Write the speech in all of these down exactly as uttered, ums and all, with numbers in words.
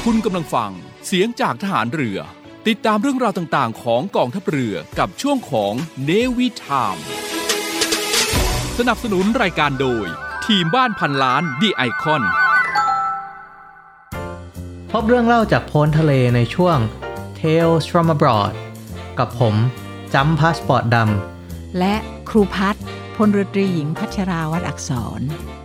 คุณกำลังฟังเสียงจากทหารเรือติดตามเรื่องราวต่างๆของกองทัพเรือกับช่วงของ Navy Time สนับสนุนรายการโดยทีมบ้านพันล้าน The Icon พบเรื่องเล่าจากพ้นทะเลในช่วง Tales from Abroad กับผมจำพาสปอร์ตดำและครูพัฒน์พลเรือตรีหญิงพัชราวัฒน์อักษร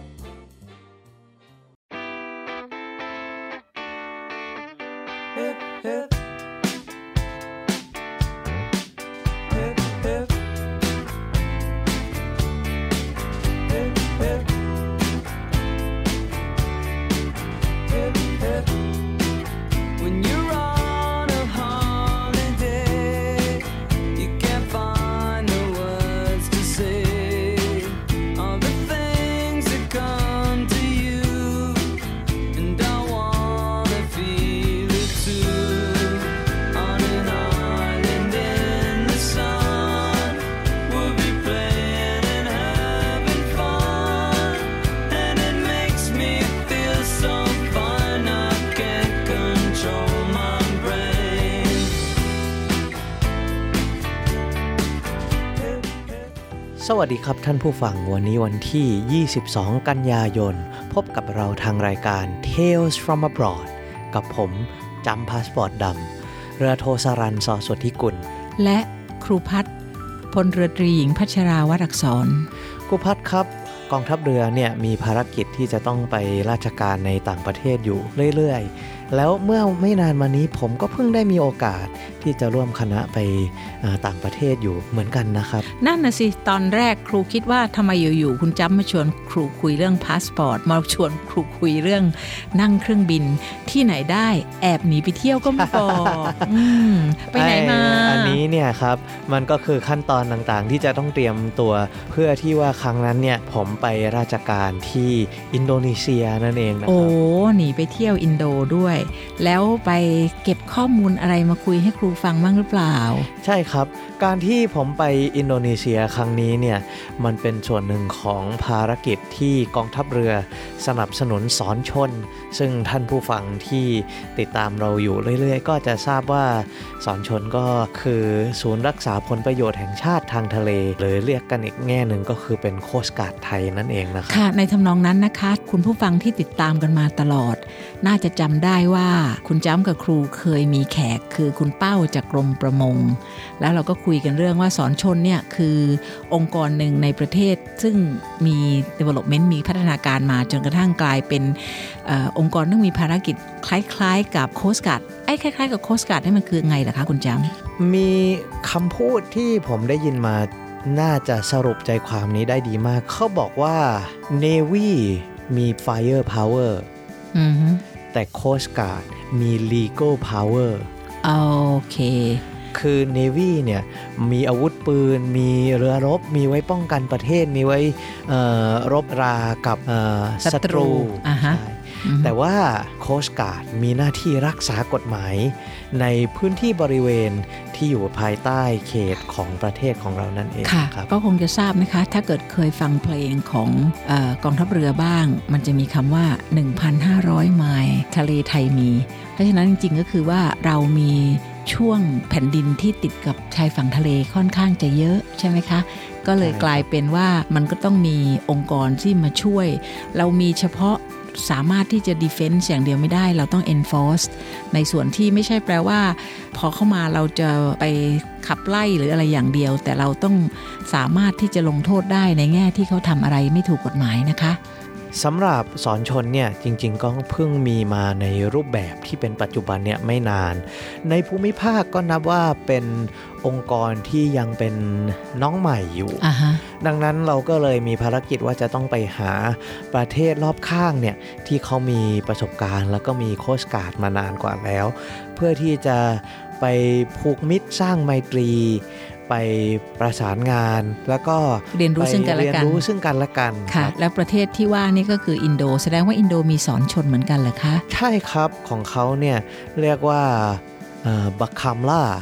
สวัสดีครับท่านผู้ฟังวันนี้วันที่ยี่สิบสองกันยายนพบกับเราทางรายการ Tales from Abroad กับผมจำพาสปอร์ตดำเรือโทสรัญ ส.สุทธิกุลและครูพัฒน์พลเรือตรีหญิงพัชราวัฒน์อักษรครูพัฒน์ครับกองทัพเรือเนี่ยมีภารกิจที่จะต้องไปราชการในต่างประเทศอยู่เรื่อยๆแล้วเมื่อไม่นานมานี้ผมก็เพิ่งได้มีโอกาสที่จะร่วมคณะไปต่างประเทศอยู่เหมือนกันนะครับนั่นน่ะสิตอนแรกครูคิดว่าทำไมอยู่ๆคุณจำมาชวนครูคุยเรื่องพาสปอร์ตมาชวนครูคุยเรื่องนั่งเครื่องบินที่ไหนได้แอบหนีไปเที่ยวก็ไม่บอก ไปไหนมาอันนี้เนี่ยครับมันก็คือขั้นตอนต่างๆที่จะต้องเตรียมตัวเพื่อที่ว่าครั้งนั้นเนี่ยผมไปราชการที่อินโดนีเซียนั่นเองนะครับโอ้หนีไปเที่ยวอินโดด้วยแล้วไปเก็บข้อมูลอะไรมาคุยให้ครูฟังบ้างหรือเปล่าใช่ครับการที่ผมไปอินโดนีเซียครั้งนี้เนี่ยมันเป็นส่วนหนึ่งของภารกิจที่กองทัพเรือสนับสนุนสอนชนซึ่งท่านผู้ฟังที่ติดตามเราอยู่เรื่อยๆก็จะทราบว่าสอนชนก็คือศูนย์รักษาผลประโยชน์แห่งชาติทางทะเลหรือเรียกกันอีกแง่หนึ่งก็คือเป็นโคสต์การ์ดไทยนั่นเองนะครับค่ะในทำนองนั้นนะคะคุณผู้ฟังที่ติดตามกันมาตลอดน่าจะจำได้ว่าคุณจ้ำกับครูเคยมีแขกคือคุณเป้าจากกรมประมงแล้วเราก็คุยกันเรื่องว่าสอนชนเนี่ยคือองค์กรหนึ่งในประเทศซึ่งมี development มีพัฒนาการมาจนกระทั่งกลายเป็นเอ่อองค์กรที่มีภารกิจคล้ายๆกับโคสต์การ์ดไอ้คล้ายๆกับโคสต์การ์ดนี่มันคือไงล่ะคะคุณจ้ำมีคำพูดที่ผมได้ยินมาน่าจะสรุปใจความนี้ได้ดีมากเขาบอกว่า Navy มี Fire Power อือฮึแต่ Coast Guard มี Legal Power โอเคคือ Navy เนี่ยมีอาวุธปืนมีเรือรบมีไว้ป้องกันประเทศมีไว้รบรากับศัตรูอ่าฮะแต่ว่า Coast Guard มีหน้าที่รักษากฎหมายในพื้นที่บริเวณที่อยู่ภายใต้เขตของประเทศของเรานั่นเองค่ะก็คงจะทราบนะคะถ้าเกิดเคยฟังเพลงของเอ่อกองทัพเรือบ้างมันจะมีคำว่า หนึ่งพันห้าร้อย ไมล์ทะเลไทยมีเพราะฉะนั้นจริงๆก็คือว่าเรามีช่วงแผ่นดินที่ติดกับชายฝั่งทะเลค่อนข้างจะเยอะใช่ไหมคะก็เลยกลายเป็นว่ามันก็ต้องมีองค์กรที่มาช่วยเรามีเฉพาะสามารถที่จะ defense อย่างเดียวไม่ได้เราต้อง enforce ในส่วนที่ไม่ใช่แปลว่าพอเข้ามาเราจะไปขับไล่หรืออะไรอย่างเดียวแต่เราต้องสามารถที่จะลงโทษได้ในแง่ที่เขาทำอะไรไม่ถูกกฎหมายนะคะสำหรับสอนชนเนี่ยจริงๆก็เพิ่งมีมาในรูปแบบที่เป็นปัจจุบันเนี่ยไม่นานในภูมิภาคก็นับว่าเป็นองค์กรที่ยังเป็นน้องใหม่อยู่ uh-huh. ดังนั้นเราก็เลยมีภารกิจว่าจะต้องไปหาประเทศรอบข้างเนี่ยที่เขามีประสบการณ์แล้วก็มีโคสต์การ์ดมานานกว่าแล้วเพื่อที่จะไปผูกมิตรสร้างไมตรีไปประสานงานแล้วก็เรียนรู้ซึ่งกันและกันเรียนรู้ซึ่งกันและกันค่ะแล้วประเทศที่ว่านี่ก็คืออินโดแสดงว่าอินโดมีสอนชนเหมือนกันเหรอคะใช่ครับของเขาเนี่ยเรียกว่าบักคัมล่า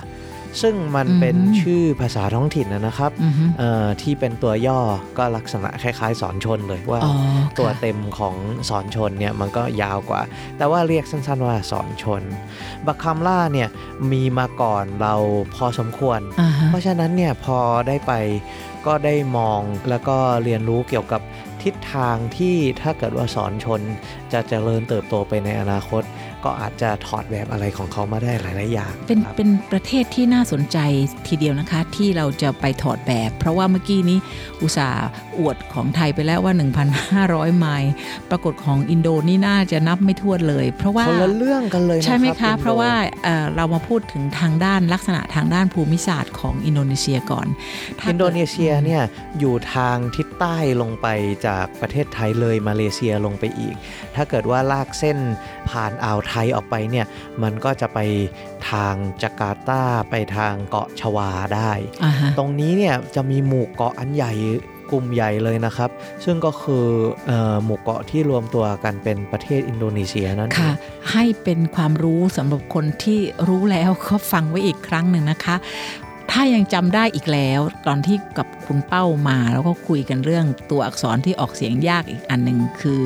ซึ่งมันเป็นชื่อภาษาท้องถิ่นนะครับที่เป็นตัวย่อก็ลักษณะคล้ายๆสอนชนเลยว่าตัวเต็มของสอนชนเนี่ยมันก็ยาวกว่าแต่ว่าเรียกสั้นๆว่าสอนชนบักคัมล่าเนี่ยมีมาก่อนเราพอสมควร uh-huh. เพราะฉะนั้นเนี่ยพอได้ไปก็ได้มองแล้วก็เรียนรู้เกี่ยวกับทิศทางที่ถ้าเกิดว่าสอนชนจะเจริญเติบโตไปในอนาคตก็อาจจะถอดแบบอะไรของเขามาได้หลายๆอย่างเป็นเป็นประเทศที่น่าสนใจทีเดียวนะคะที่เราจะไปถอดแบบเพราะว่าเมื่อกี้นี้อุตส่าห์อวดของไทยไปแล้วว่า หนึ่งพันห้าร้อย ไมล์ปรากฏของอินโดนี่น่าจะนับไม่ถ้วนเลยเพราะว่าคนละเรื่องกันเลยนะครับใช่ไหมคะเพราะว่า เอ่อ เรามาพูดถึงทางด้านลักษณะทางด้านภูมิศาสตร์ของอินโดนีเซียก่อนอินโดนีเซียเนี่ยอยู่ทางทิศใต้ลงไปจากประเทศไทยเลยมาเลเซียลงไปอีกถ้าเกิดว่าลากเส้นผ่านอ่าวไทยออกไปเนี่ยมันก็จะไปทางจาการ์ตาไปทางเกาะชวาได้ uh-huh. ตรงนี้เนี่ยจะมีหมู่เกาะอันใหญ่กลุ่มใหญ่เลยนะครับซึ่งก็คือเอ่อหมู่เกาะที่รวมตัวกันเป็นประเทศอินโดนีเซียนั่นค่ะให้เป็นความรู้สำหรับคนที่รู้แล้วก็ฟังไว้อีกครั้งหนึ่งนะคะถ้ายังจำได้อีกแล้วตอนที่กับคุณเป้ามาแล้วก็คุยกันเรื่องตัวอักษรที่ออกเสียงยากอีกอันหนึ่งคือ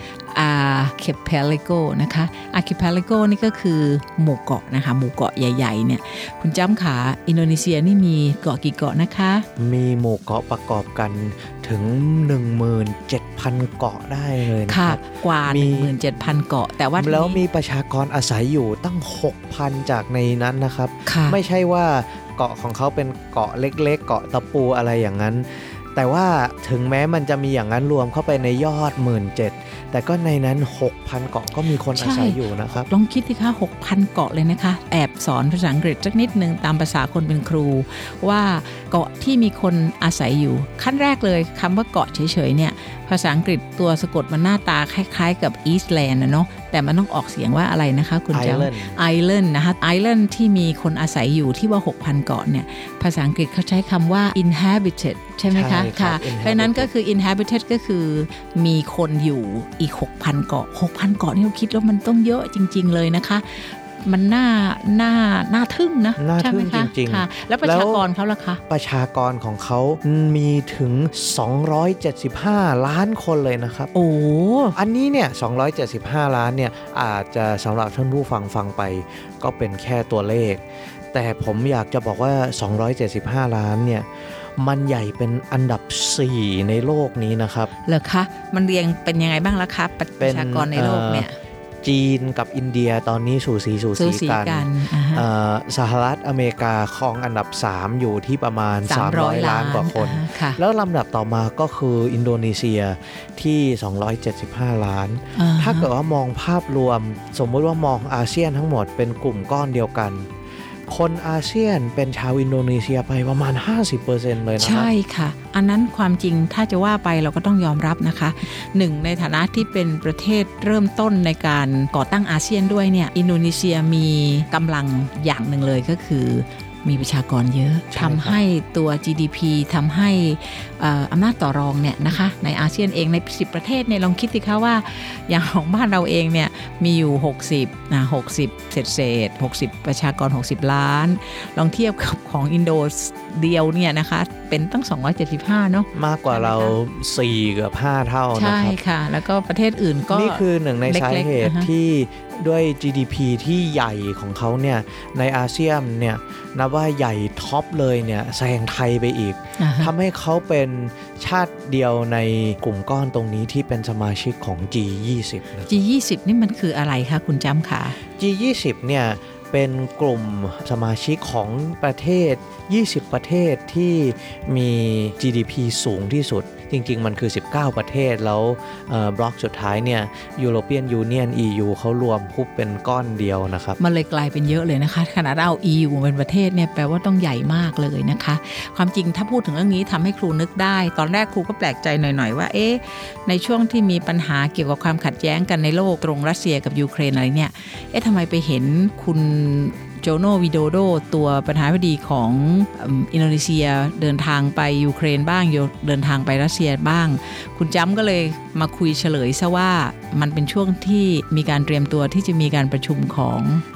Archipelago นะคะ Archipelago นี่ก็คือหมู่เกาะนะคะหมู่เกาะใหญ่ๆเนี่ยคุณจ้ำขาอินโดนีเซียนี่มีเกาะกี่เกาะนะคะมีหมู่เกาะประกอบกันถึง หนึ่งหมื่นเจ็ดพัน เกาะได้เลยนะครับกว่า หนึ่งหมื่นเจ็ดพัน เกาะแต่ว่าแล้วมีประชากรอาศัยอยู่ตั้ง หกพัน จากในนั้นนะครับไม่ใช่ว่าเกาะของเขาเป็นเกาะเล็กๆเกาะตะปูอะไรอย่างนั้นแต่ว่าถึงแม้มันจะมีอย่างนั้นรวมเข้าไปในยอด หนึ่งหมื่นเจ็ดพัน แต่ก็ในนั้น หกพัน เกาะก็มีคนอาศัยอยู่นะครับลองคิดสิคะ หกพัน เกาะเลยนะคะแอบสอนภาษาอังกฤษสักนิดนึงตามภาษาคนเป็นครูว่าเกาะที่มีคนอาศัยอยู่ขั้นแรกเลยคำว่าเกาะเฉยๆเนี่ยภาษาอังกฤษตัวสะกดมันหน้าตาคล้ายๆกับ Eastland นะเนาะแต่มันต้องออกเสียงว่าอะไรนะคะคุณเจ้า Island นะคะ Island ที่มีคนอาศัยอยู่ที่ว่า หกพัน เกาะเนี่ยภาษาอังกฤษเขาใช้คำว่า inhabited ใช่ไหมคะค่ะเพราะนั้นก็คือ inhabited ก็คือมีคนอยู่อีก หกพัน เกาะ หกพัน เกาะนี่เราคิดแล้วมันต้องเยอะจริงๆเลยนะคะมันน่าน่าน่าทึ่งนะน่าทึ่งจริงๆแล้วประชากรเขาล่ะคะประชากรของเขามีถึงสองร้อยเจ็ดสิบห้าล้านคนเลยนะครับโอ้อันนี้เนี่ยสองร้อยเจ็ดสิบห้าล้านเนี่ยอาจจะสำหรับท่านผู้ฟังฟังไปก็เป็นแค่ตัวเลขแต่ผมอยากจะบอกว่าสองร้อยเจ็ดสิบห้าล้านเนี่ยมันใหญ่เป็นอันดับสี่ในโลกนี้นะครับเหรอคะมันเรียงเป็นยังไงบ้างล่ะคะประชากรในโลกเนี่ยจีนกับอินเดียตอนนี้สูสีสูสีกันสหรัฐอเมริกาครองอันดับสามอยู่ที่ประมาณสามร้อยล้านกว่าคนแล้วลำดับต่อมาก็คืออินโดนีเซียที่สองร้อยเจ็ดสิบห้าล้านถ้าเกิดว่ามองภาพรวมสมมติว่ามองอาเซียนทั้งหมดเป็นกลุ่มก้อนเดียวกันคนอาเซียนเป็นชาวอินโดนีเซียไปประมาณ ห้าสิบเปอร์เซ็นต์ เลยนะครับใช่ค่ะอันนั้นความจริงถ้าจะว่าไปเราก็ต้องยอมรับนะคะหนึ่งในฐานะที่เป็นประเทศเริ่มต้นในการก่อตั้งอาเซียนด้วยเนี่ยอินโดนีเซียมีกำลังอย่างหนึ่งเลยก็คือมีประชากรเยอะทำให้ตัว จี ดี พี ทำให้อำนาจต่อรองเนี่ยนะคะในอาเซียนเองในสิบประเทศเนี่ยลองคิดสิคะว่าอย่างของบ้านเราเองเนี่ยมีอยู่หกสิบนะหกสิบเศษเศษหกสิบประชากรหกสิบล้านลองเทียบกับของอินโดเดียวเนี่ยนะคะเป็นตั้งสองร้อยเจ็ดสิบห้าเนาะมากกว่าเราสี่เกือบห้าเท่านะครับใช่ค่ะแล้วก็ประเทศอื่นก็นี่คือหนึ่งในสาเหตุที่ด้วย จี ดี พี ที่ใหญ่ของเขาเนี่ยในอาเซียนเนี่ยนับว่าใหญ่ท็อปเลยเนี่ยแซงไทยไปอีกทำให้เขาเป็นชาติเดียวในกลุ่มก้อนตรงนี้ที่เป็นสมาชิกของ จี ยี่สิบจี ยี่สิบ นี่มันคืออะไรคะคุณจ้ำคะจี ยี่สิบ เนี่ยเป็นกลุ่มสมาชิกของประเทศยี่สิบประเทศที่มี จี ดี พี สูงที่สุดจริงๆมันคือสิบเก้าประเทศแล้วบล็อกสุดท้ายเนี่ย European Union อี ยู เขารวมคุบเป็นก้อนเดียวนะครับมันเลยกลายเป็นเยอะเลยนะคะขนาดเอา อี ยู เป็นประเทศเนี่ยแปลว่าต้องใหญ่มากเลยนะคะความจริงถ้าพูดถึงเรื่องนี้ทำให้ครูนึกได้ตอนแรกครูก็แปลกใจหน่อยๆว่าเอ๊ะในช่วงที่มีปัญหาเกี่ยวกับความขัดแย้งกันในโลกตรงรัสเซียกับยูเครนอะไรเนี่ยเอ๊ะทำไมไปเห็นคุณโจโนวิโดโดตัวประธานาธิบดีของอินโดนีเซียเดินทางไปยูเครนบ้างเดินทางไปรัสเซียบ้างคุณจ้ำก็เลยมาคุยเฉลยซะว่ามันเป็นช่วงที่มีการเตรียมตัวที่จะมีการประชุมของ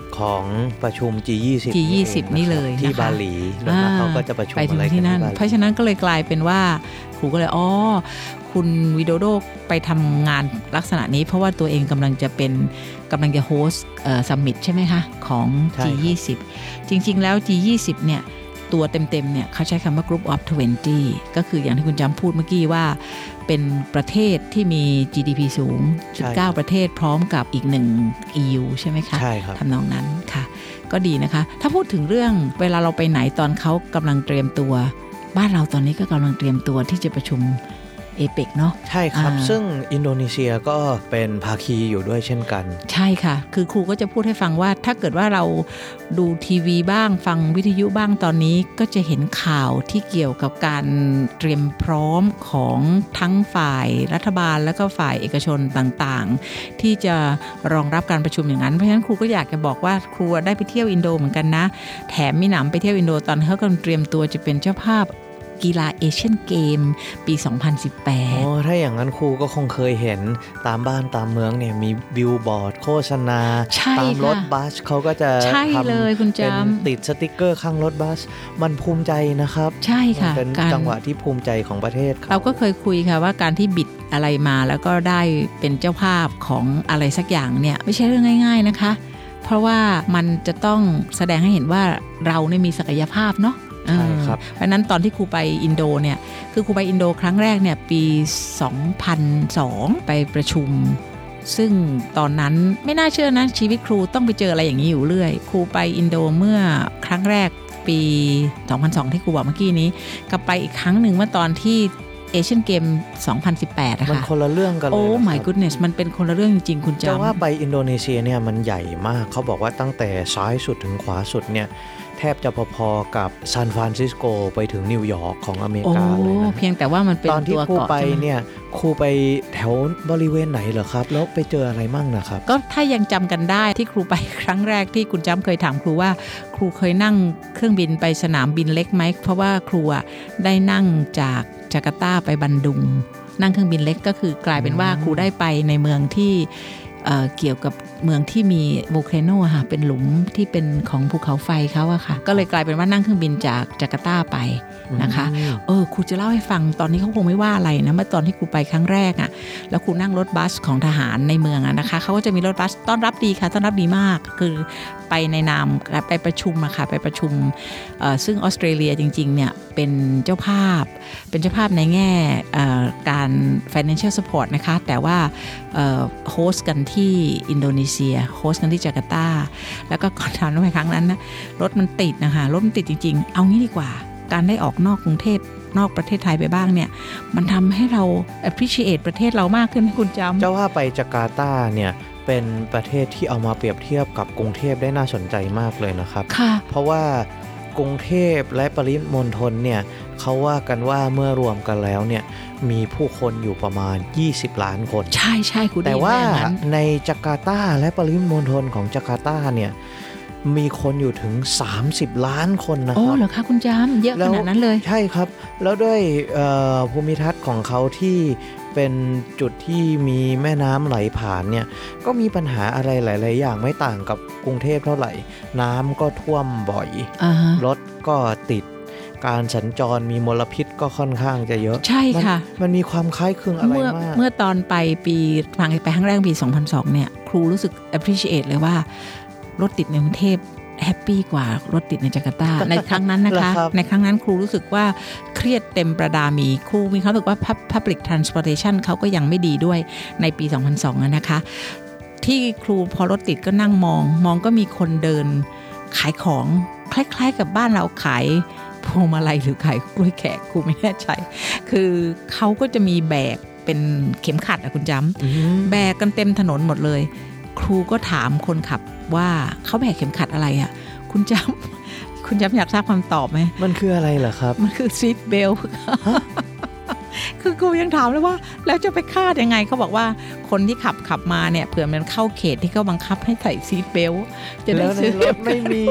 ของประชุม จี ยี่สิบจี ยี่สิบ นี่เลยนะคะที่บาหลีแล้วเขาก็จะประชุมอะไรกันที่นั่นเพราะฉะนั้นก็เลยกลายเป็นว่าครูก็เลยอ๋อคุณวิโดโดไปทำงานลักษณะนี้เพราะว่าตัวเองกำลังจะเป็นกำลังจะโฮสต์เอ่อซัมมิตใช่ไหมคะของ จี ยี่สิบ จริงๆแล้ว จี ยี่สิบ เนี่ยตัวเต็มๆเนี่ยเขาใช้คำว่า Group of ยี่สิบ ก็คืออย่างที่คุณจำพูดเมื่อกี้ว่าเป็นประเทศที่มี จี ดี พี สูงสิบเก้าประเทศพร้อมกับอีกหนึ่ง อี ยู ใช่ไหมคะใช่ครับทำนองนั้นค่ะก็ดีนะคะถ้าพูดถึงเรื่องเวลาเราไปไหนตอนเขากำลังเตรียมตัวบ้านเราตอนนี้ก็กำลังเตรียมตัวที่จะประชุมเอเปกเนาะใช่ครับซึ่งอินโดนีเซียก็เป็นภาคีอยู่ด้วยเช่นกันใช่ค่ะคือครูก็จะพูดให้ฟังว่าถ้าเกิดว่าเราดูทีวีบ้างฟังวิทยุบ้างตอนนี้ก็จะเห็นข่าวที่เกี่ยวกับการเตรียมพร้อมของทั้งฝ่ายรัฐบาลแล้วก็ฝ่ายเอกชนต่างๆที่จะรองรับการประชุมอย่างนั้นเพราะฉะนั้นครูก็อยากจะบอกว่าครูได้ไปเที่ยวอินโดเหมือนกันนะแถมมีหนำไปเที่ยวอินโดตอนเขากำลังเตรียมตัวจะเป็นเจ้าภาพกีฬาเอเชียนเกมปีสองพันสิบแปดอ๋อถ้าอย่างนั้นครูก็คงเคยเห็นตามบ้านตามเมืองเนี่ยมีบิลบอร์ดโฆษณาตามรถบัสเขาก็จะทำเป็นติดสติ๊กเกอร์ข้างรถบัสมันภูมิใจนะครับใช่ค่ะเป็นจังหวะที่ภูมิใจของประเทศเราก็เคยคุยค่ะว่าการที่บิดอะไรมาแล้วก็ได้เป็นเจ้าภาพของอะไรสักอย่างเนี่ยไม่ใช่เรื่องง่ายๆนะคะเพราะว่ามันจะต้องแสดงให้เห็นว่าเราเนี่ยมีศักยภาพเนาะใช่ครับเพราะนั้นตอนที่ครูไปอินโดเนี่ยคือครูไปอินโดครั้งแรกเนี่ยปีสองพันสองไปประชุมซึ่งตอนนั้นไม่น่าเชื่อนะชีวิตครูต้องไปเจออะไรอย่างนี้อยู่เรื่อยครูไปอินโดเมื่อครั้งแรกปีสองพันสองที่ครูบอกเมื่อกี้นี้กลับไปอีกครั้งหนึ่งเมื่อตอนที่เอเชียนเกมสองพันสิบแปดนะคะมันคนละเรื่องกันเลยโอ้ my goodness มันเป็นคนละเรื่องจริงๆคุณจำจะว่าไปอินโดนีเซียเนี่ยมันใหญ่มากเขาบอกว่าตั้งแต่ซ้ายสุดถึงขวาสุดเนี่ยแทบจะพอๆกับซานฟรานซิสโกไปถึงนิวยอร์กของอเมริกาเลยนะเพียงแต่ว่ามันเป็นตอนที่ครูไปเนี่ยครูไปแถวบริเวณไหนเหรอครับแล้วไปเจออะไรมั่งนะครับก็ถ้ายังจำกันได้ที่ครูไปครั้งแรกที่คุณจำเคยถามครูว่าครูเคยนั่งเครื่องบินไปสนามบินเล็กไหมเพราะว่าครูได้นั่งจากจาการ์ตาไปบันดุงนั่งเครื่องบินเล็กก็คือกลายเป็นว่าครูได้ไปในเมืองที่เอ่อเกี่ยวกับเมืองที่มีโวลเคโนค่ะเป็นหลุมที่เป็นของภูเขาไฟเขาอะค่ะก็เลยกลายเป็นว่านั่งเครื่องบินจากจาการ์ตาไปนะคะเออครูจะเล่าให้ฟังตอนนี้เขาคงไม่ว่าอะไรนะเมื่อตอนที่ครูไปครั้งแรกอะแล้วครูนั่งรถบัสของทหารในเมืองอะนะคะเขาก็จะมีรถบัสต้อนรับดีค่ะต้อนรับดีมากคือไปในนามไปประชุมอะค่ะไปประชุมเอ่อซึ่งออสเตรเลียจริงๆเนี่ยเป็นเจ้าภาพเป็นเจ้าภาพในแง่การ financial support นะคะแต่ว่าโฮสต์กันที่อินโดนีเซียโฮสต์กันที่จาการ์ตาแล้วก็ก่อนทำในครั้งนั้นนะรถมันติดนะคะรถมันติดจริงๆเอางี้ดีกว่าการได้ออกนอกกรุงเทพนอกประเทศไทยไปบ้างเนี่ยมันทำให้เรา appreciate ประเทศเรามากขึ้นให้คุณจำเจ้าว่าไปจาการ์ตาเนี่ยเป็นประเทศที่เอามาเปรียบเทียบกับกรุงเทพได้น่าสนใจมากเลยนะครับเพราะว่ากรุงเทพและปริมณฑลเนี่ยเขาว่ากันว่าเมื่อรวมกันแล้วเนี่ยมีผู้คนอยู่ประมาณยี่สิบล้านคนใช่ใช่คุณแต่ว่าในจาการ์ตาและปริมณฑลของจาการ์ตาเนี่ยมีคนอยู่ถึงสามสิบล้านคนนะครับโอ้เหรอคะคุณจำเยอะขนาดนั้นเลยใช่ครับแล้วด้วยภูมิทัศน์ของเขาที่เป็นจุดที่มีแม่น้ำไหลผ่านเนี่ยก็มีปัญหาอะไรหลายๆอย่างไม่ต่างกับกรุงเทพเท่าไหร่น้ำก็ท่วมบ่อย uh-huh. รถก็ติดการสัญจรมีมลพิษก็ค่อนข้างจะเยอะใช่ค่ะม, มันมีความคล้ายคลึงอะไรมากเมื่อตอนไปปีฟังไปครั้งแรกปีสองพันสองเนี่ยครูรู้สึก appreciate เลยว่ารถติดในกรุงเทพแฮปปี้กว่ารถติดในจาการ์ตา ในครั้งนั้นนะคะในครั้งนั้นครูรู้สึกว่าเครียดเต็มประดามีครูมีความรู้สึกว่า public transportation เขาก็ยังไม่ดีด้วยในปีสองพันสองนะคะที่ครูพอรถติดก็นั่งมองมองก็มีคนเดินขายของคล้ายๆกับบ้านเราขายพวงมาลัยหรือขายกล้วยแขกครูไม่แน่ใจคือเขาก็จะมีแบกเป็นเข็มขัดอะคุณจำแบกกันเต็มถนนหมดเลยครูก็ถามคนขับว่าเขาแบกเข็มขัดอะไรอ่ะคุณจำคุณจำอยากทราบคำตอบไหมมันคืออะไรเหรอครับมันคือซีทเบลต์คือครูยังถามเลยว่าแล้วจะไปคาดยังไงเขาบอกว่าคนที่ขับขับมาเนี่ยเผื่อมันเข้าเขตที่เขาบังคับให้ใส่ซีทเบลต์จะได้ซื้อไม่มี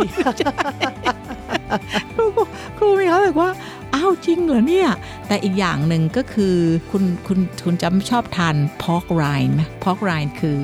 ครูครูมีเขาบอกว่าอ้าวจริงเหรอเนี่ยแต่อีกอย่างหนึ่งก็คือคุณคุณคุณจำชอบทานพอกไรน์ไหมพอกไรน์คือ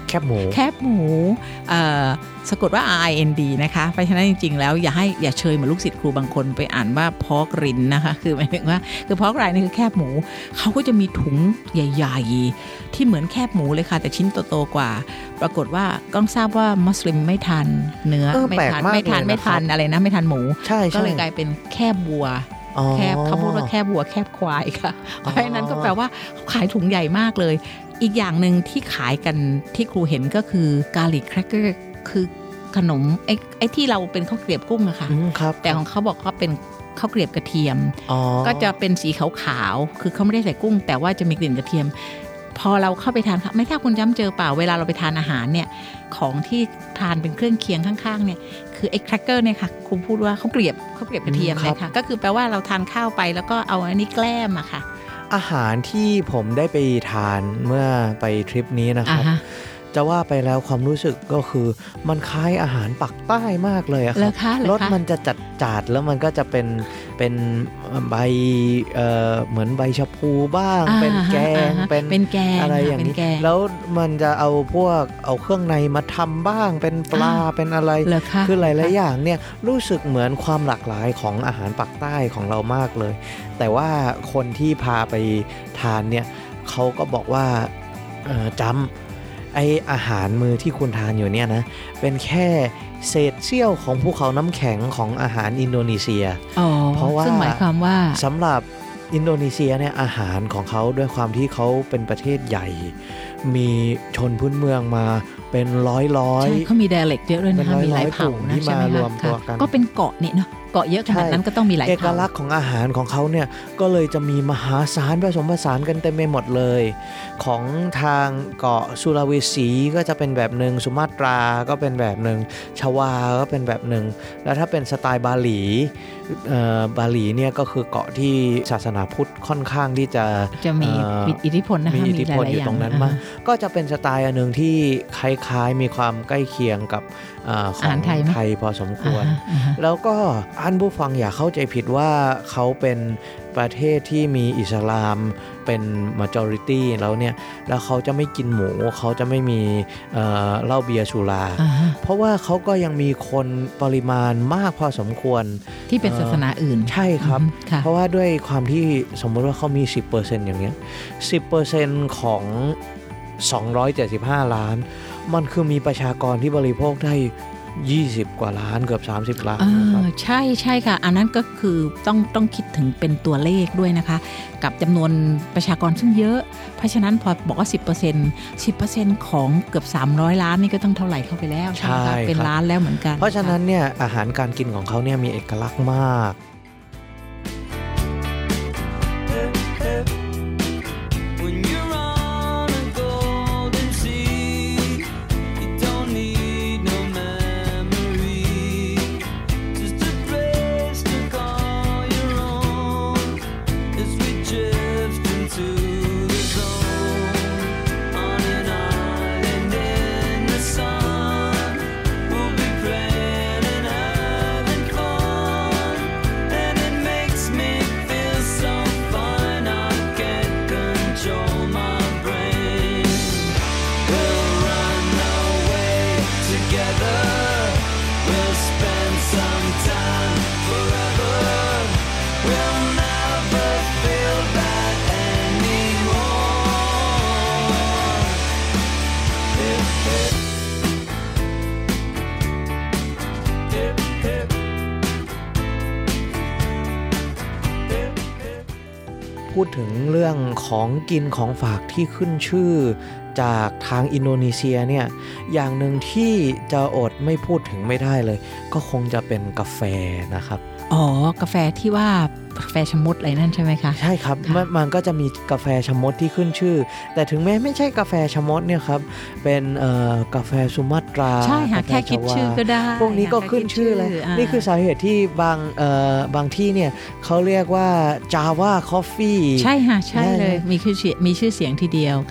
แคบหมูแคบหมูเอ่อสะกดว่า R I N D นะคะเพราะฉะนั้นจริงๆแล้วอย่าให้อย่าเชยเหมือนลูกศิษย์ครูบางคนไปอ่านว่าพอกรินนะคะคือหมายถึงว่าคือพอกไรนี่คือแคบหมูเขาก็จะมีถุงใหญ่ๆที่เหมือนแคบหมูเลยค่ะแต่ชิ้นโตๆกว่าปรากฏว่าก็ทราบว่ามุสลิมไม่ทานเนื้อไม่ทานไม่ทานไม่ทานอะไรนะไม่ทานหมูก็เลยกลายเป็นแคบวัวแคบเขาพูดว่าแคบวัวแคบควายค่ะเพราะฉะนั้นก็แปลว่าขายถุงใหญ่มากเลยอีกอย่างหนึ่งที่ขายกันที่ครูเห็นก็คือกาลิกแครกเกอร์คือขนมไอ้ไอ้ที่เราเป็นข้าวเกรียบกุ้งอะค่ะแต่ของเขาบอกว่าเป็นข้าวเกรียบกระเทียมก็จะเป็นสีขาวๆคือเขาไม่ได้ใส่กุ้งแต่ว่าจะมีกลิ่นกระเทียมพอเราเข้าไปทานไม่ทราบคุณย้ำเจอเปล่าเวลาเราไปทานอาหารเนี่ยของที่ทานเป็นเครื่องเคียงข้างๆเนี่ยคือไอ้แครกเกอร์เนี่ยค่ะครูพูดว่าข้าวเกรียบข้าวเกรียบกระเทียมเลยค่ะก็คือแปลว่าเราทานข้าวไปแล้วก็เอาอันนี้แกล้มอะค่ะอาหารที่ผมได้ไปทานเมื่อไปทริปนี้นะครับจะว่าไปแล้วความรู้สึกก็คือมันคล้ายอาหารปักใต้มากเลยครับรสมันจะจัดจาดแล้วมันก็จะเป็นเป็นใบเอ่อเหมือนใบชะพูบ้างเป็นแกงเป็นแกงอะไรอย่างนี้แล้วมันจะเอาพวกเอาเครื่องในมาทำบ้างเป็นปลาเป็นอะไรคือหลายๆอย่างเนี่ยรู้สึกเหมือนความหลากหลายของอาหารปักใต้ของเรามากเลยแต่ว่าคนที่พาไปทานเนี่ยเขาก็บอกว่าจำไออาหารมื้อที่คุณทานอยู่เนี่ยนะเป็นแค่เศษเสี้ยวของภูเขาน้ำแข็งของอาหารอินโดนีเซียเพราะว่าซึ่งหมายความว่าสำหรับอินโดนีเซียเนี่ยอาหารของเขาด้วยความที่เขาเป็นประเทศใหญ่มีชนพื้นเมืองมาเป็นร้อยร้อยใช่เขามี dialect เยอะด้วยนะคะมีหลายเผ่านะใช่ไหมคะก็เป็นเกาะเนี่ยเนาะเกาะเยอะขนาดนั้นก็ต้องมีหลายเผ่าเอกลักษณ์ของอาหารของเขาเนี่ยก็เลยจะมีมหาศาลผสมผสานกันเต็มไปหมดเลยของทางเกาะสุลาเวสีก็จะเป็นแบบหนึ่งสุมาตราก็เป็นแบบหนึ่งชวาก็เป็นแบบหนึ่งแล้วถ้าเป็นสไตล์บาหลีบาหลีเนี่ยก็คือเกาะที่ศาสนาพุทธค่อนข้างที่จะจะมีอิทธิพลนะคะมีอิทธิพลอยู่ตรงนั้นมากก็จะเป็นสไตล์อันนึงที่คล้ายๆมีความใกล้เคียงกับของไทยพอสมควรแล้วก็ท่านผู้ฟังอย่าเข้าใจผิดว่าเขาเป็นประเทศที่มีอิสลามเป็น majority แล้วเนี่ยแล้วเขาจะไม่กินหมูเขาจะไม่มีเหล้าเบียร์สุรา uh-huh. เพราะว่าเขาก็ยังมีคนปริมาณมากพอสมควรที่เป็นศาสนาอื่นใช่ครับ uh-huh. เพราะว่าด้วยความที่สมมติว่าเขามี สิบเปอร์เซ็นต์ อย่างเงี้ย สิบเปอร์เซ็นต์ ของสองร้อยเจ็ดสิบห้าล้านมันคือมีประชากรที่บริโภคได้ยี่สิบกว่าล้านเกือบสามสิบล้านนะครับใช่ใช่ค่ะอันนั้นก็คือต้องต้องคิดถึงเป็นตัวเลขด้วยนะคะกับจำนวนประชากรซึ่งเยอะเพราะฉะนั้นพอบอกว่า สิบเปอร์เซ็นต์ สิบเปอร์เซ็นต์ ของเกือบสามร้อยล้านนี่ก็ต้องเท่าไหร่เข้าไปแล้วใช่ไหมคะเป็นล้านแล้วเหมือนกันเพราะฉะนั้นเนี่ยอาหารการกินของเขาเนี่ยมีเอกลักษณ์มากพูดถึงเรื่องของกินของฝากที่ขึ้นชื่อจากทางอินโดนีเซียเนี่ยอย่างหนึ่งที่จะอดไม่พูดถึงไม่ได้เลยก็คงจะเป็นกาแฟนะครับอ๋อกาแฟที่ว่ากาแฟชะมดอะไรนั่นใช่ไหมคะใช่ครับมันก็จะมีกาแฟชะมดที่ขึ้นชื่อแต่ถึงแม้ไม่ใช่กาแฟชะมดเนี่ยครับเป็นเอ่อกาแฟสุมาตราใช่ค่ะแค่คิดชื่อก็ได้พวกนี้ก็ขึ้นชื่อเลยนี่คือสาเหตุที่บางเอ่อบางที่เนี่ยเขาเรียกว่า Java Coffee ใช่ค่ะใช่เลยมีชื่อมีชื่อเสียงทีเดียวค่ะ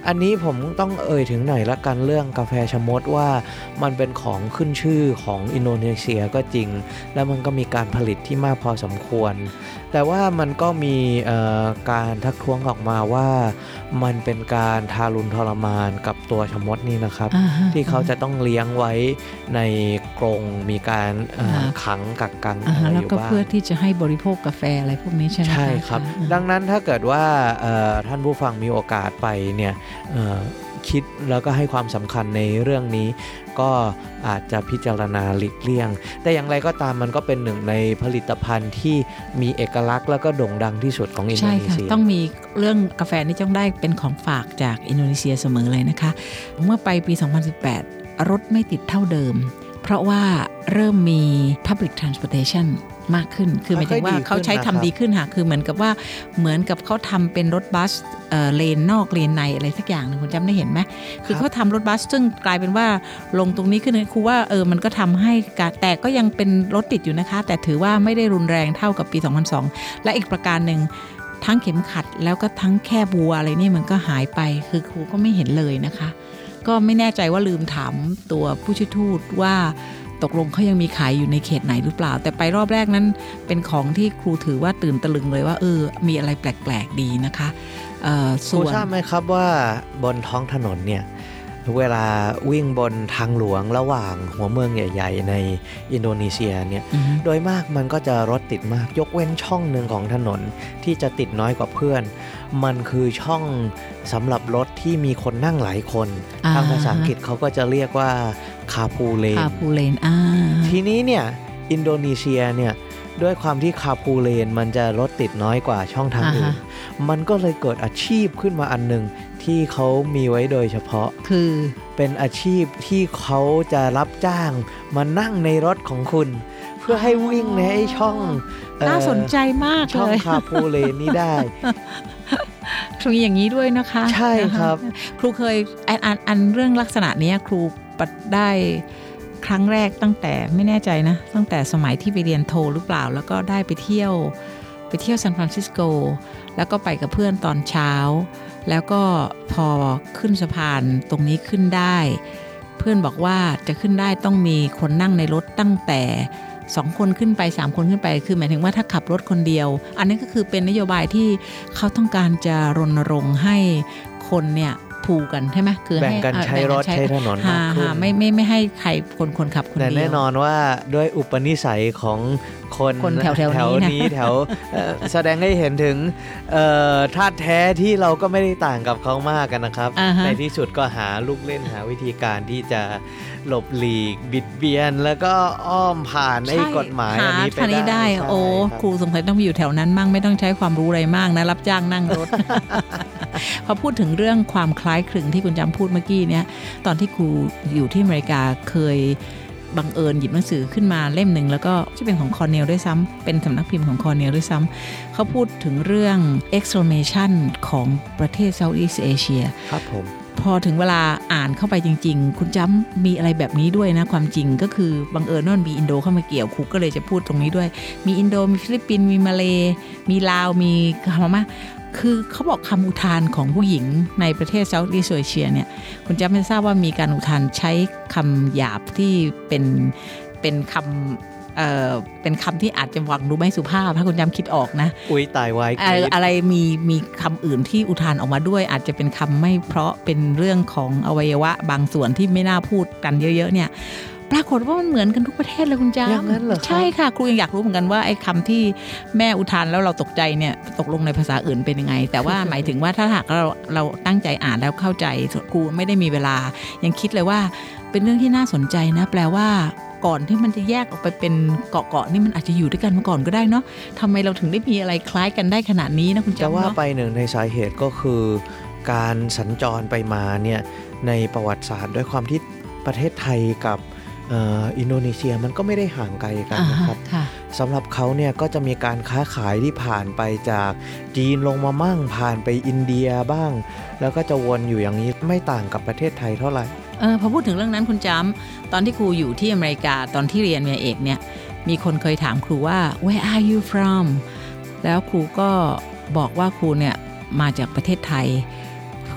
อันนี้ผมต้องเอ่ยถึงหน่อยละกันเรื่องกาแฟชะมดว่ามันเป็นของขึ้นชื่อของอินโดนีเซียก็จริงแล้วมันก็มีการผลิตที่มากพอสมควรแต่ว่ามันก็มีการทักท้วงออกมาว่ามันเป็นการทารุณทรมานกับตัวชะมดนี่นะครับ uh-huh. ที่เขาจะต้องเลี้ยงไว้ในกรงมีการ uh-huh. ขังกักกัน uh-huh. อะไรอยู่บ้างแล้วก็เพื่อที่จะให้บริโภคกาแฟอะไรพวกนี้ใช่ไหมใช่ครับ uh-huh. ดังนั้นถ้าเกิดว่าท่านผู้ฟังมีโอกาสไปเนี่ยคิดแล้วก็ให้ความสำคัญในเรื่องนี้ก็อาจจะพิจารณาหลีกเลี่ยงแต่อย่างไรก็ตามมันก็เป็นหนึ่งในผลิตภัณฑ์ที่มีเอกลักษณ์แล้วก็โด่งดังที่สุดของอินโดนีเซียใช่ค่ะต้องมีเรื่องกาแฟนี่ต้องได้เป็นของฝากจากอินโดนีเซียเสมอเลยนะคะเมื่อไปปีสองพันสิบแปดรถไม่ติดเท่าเดิมเพราะว่าเริ่มมี public transportation มากขึ้นคือหมายถึงว่าเขาใช้ทำดีขึ้นค่ะคือเหมือนกับว่าเหมือนกับเขาทำเป็นรถบัสเอ่อเลนนอกเลนในอะไรสักอย่างนึงคุณจำได้เห็นไหมคือเขาทำรถบัสซึ่งกลายเป็นว่าลงตรงนี้ขึ้นครูว่าเออมันก็ทำให้แต่ก็ยังเป็นรถติดอยู่นะคะแต่ถือว่าไม่ได้รุนแรงเท่ากับปีสองพันสองและอีกประการหนึ่งทั้งเข็มขัดแล้วก็ทั้งแค่บัวอะไรนี่มันก็หายไปคือครูก็ไม่เห็นเลยนะคะก็ไม่แน่ใจว่าลืมถามตัวผู้ช่วยทูตว่าตกลงเขายังมีขายอยู่ในเขตไหนหรือเปล่าแต่ไปรอบแรกนั้นเป็นของที่ครูถือว่าตื่นตะลึงเลยว่าเออมีอะไรแปลกๆดีนะคะครูทราบไหมครับว่าบนท้องถนนเนี่ยเวลาวิ่งบนทางหลวงระหว่างหัวเมืองใหญ่ๆในอินโดนีเซียเนี่ย mm-hmm. โดยมากมันก็จะรถติดมากยกเว้นช่องหนึ่งของถนนที่จะติดน้อยกว่าเพื่อนมันคือช่องสำหรับรถที่มีคนนั่งหลายคนทางภาษาอังกฤษเขาก็จะเรียกว่าคาพูเลนคาพูเลนอ่าทีนี้เนี่ยอินโดนีเซียเนี่ยด้วยความที่คาพูเลนมันจะรถติดน้อยกว่าช่องทางอื่นมันก็เลยเกิดอาชีพขึ้นมาอันนึงที่เขามีไว้โดยเฉพาะคือเป็นอาชีพที่เขาจะรับจ้างมานั่งในรถของคุณเพื่อให้วิ่งในไอ้ช่องน่าสนใจมากเลยช่องคาพูเลนนี้ได้ครูอย่างนี้ด้วยนะคะใช่ครับครูเคยอันอันอันเรื่องลักษณะนี้ครูปัดได้ครั้งแรกตั้งแต่ไม่แน่ใจนะตั้งแต่สมัยที่ไปเรียนโทหรือเปล่าแล้วก็ได้ไปเที่ยวไปเที่ยวซานฟรานซิสโกแล้วก็ไปกับเพื่อนตอนเช้าแล้วก็พอขึ้นสะพานตรงนี้ขึ้นได้เพื่อนบอกว่าจะขึ้นได้ต้องมีคนนั่งในรถตั้งแต่สองคนขึ้นไปสามคนขึ้นไปคือหมายถึงว่าถ้าขับรถคนเดียวอันนี้ก็คือเป็นนโยบายที่เขาต้องการจะรณรงค์ให้คนเนี่ยผูกกันใช่ไหมคือแบ่งกันใช้รถใช้ถนนมากขึ้นไม่ไม่ไม่ให้ใครคนคนขับคนเดียวแต่แน่นอนว่าด้วยอุปนิสัยของคนคนแถวแถวนี้แถวแสดงให้เห็นถึงธาตุแท้ที่เราก็ไม่ได้ต่างกับเขามากกันนะครับในที่สุดก็หาลูกเล่นหาวิธีการที่จะหลบหลีกบิดเบียนแล้วก็อ้อมผ่านไอ้กฎหมายอันนี้ไปได้โอ้ครูสงสัยต้องไปอยู่แถวนั้นมั่งไม่ต้องใช้ความรู้อะไรมากนะรับจ้างนั่งรถ พอพูดถึงเรื่องความคล้ายคลึงที่คุณจำพูดเมื่อกี้เนี่ยตอนที่ครูอยู่ที่อเมริกาเคยบังเอิญหยิบหนังสือขึ้นมาเล่มหนึ่งแล้วก็ที่เป็นของคอร์เนลด้วยซ้ำเป็นสำนักพิมพ์ของคอร์เนลด้วยซ้ำเขาพูดถึงเรื่อง exclamation ของประเทศ Southeast Asia ครับผมพอถึงเวลาอ่านเข้าไปจริงๆคุณจำมีอะไรแบบนี้ด้วยนะความจริงก็คือบังเอิญว่ามีอินโดเข้ามาเกี่ยวครูก็เลยจะพูดตรงนี้ด้วยมีอินโดมีฟิลิปปินส์มีมาเลมีลาวมีพม่าคือเขาบอกคำอุทานของผู้หญิงในประเทศเซาท์อีสต์เอเชียเนี่ยคุณจะไม่ทราบว่ามีการอุทานใช้คำหยาบที่เป็นเป็นคำเอ่อเป็นคำที่อาจจะฟังดูไม่สุภาพถ้าคุณจำคิดออกนะอุ้ยตายไว้อะไรมีมีคำอื่นที่อุทานออกมาด้วยอาจจะเป็นคำไม่เพราะเป็นเรื่องของอวัยวะบางส่วนที่ไม่น่าพูดกันเยอะๆเนี่ยปรากฏว่ามันเหมือนกันทุกประเทศเลยคุณจ้าอย่างนั้นเหรอใช่ค่ะครูยังอยากรู้เหมือนกันว่าไอ้คำที่แม่อุทานแล้วเราตกใจเนี่ยตกลงในภาษาอื่นเป็นยังไงแต่ว่าหมายถึงว่าถ้าหากเราเราตั้งใจอ่านแล้วเข้าใจครูไม่ได้มีเวลายังคิดเลยว่าเป็นเรื่องที่น่าสนใจนะแปลว่าก่อนที่มันจะแยกออกไปเป็นเกาะๆนี่มันอาจจะอยู่ด้วยกันมาก่อนก็ได้เนาะทำไมเราถึงได้มีอะไรคล้ายกันได้ขนาดนี้นะคุณจ้าแต่ว่าไปหนึ่งในสาเหตุก็คือการสัญจรไปมาเนี่ยในประวัติศาสตร์ด้วยความที่ประเทศไทยกับอินโดนีเซียมันก็ไม่ได้ห่างไกลกันนะครับสำหรับเขาเนี่ยก็จะมีการค้าขายที่ผ่านไปจากจีนลงมามั่งผ่านไปอินเดียบ้างแล้วก็จะวนอยู่อย่างนี้ไม่ต่างกับประเทศไทยเท่าไหร่เออพอพูดถึงเรื่องนั้นคุณจำตอนที่ครูอยู่ที่อเมริกาตอนที่เรียนเมียเอกเนี่ยมีคนเคยถามครูว่า where are you from แล้วครูก็บอกว่าครูเนี่ยมาจากประเทศไทย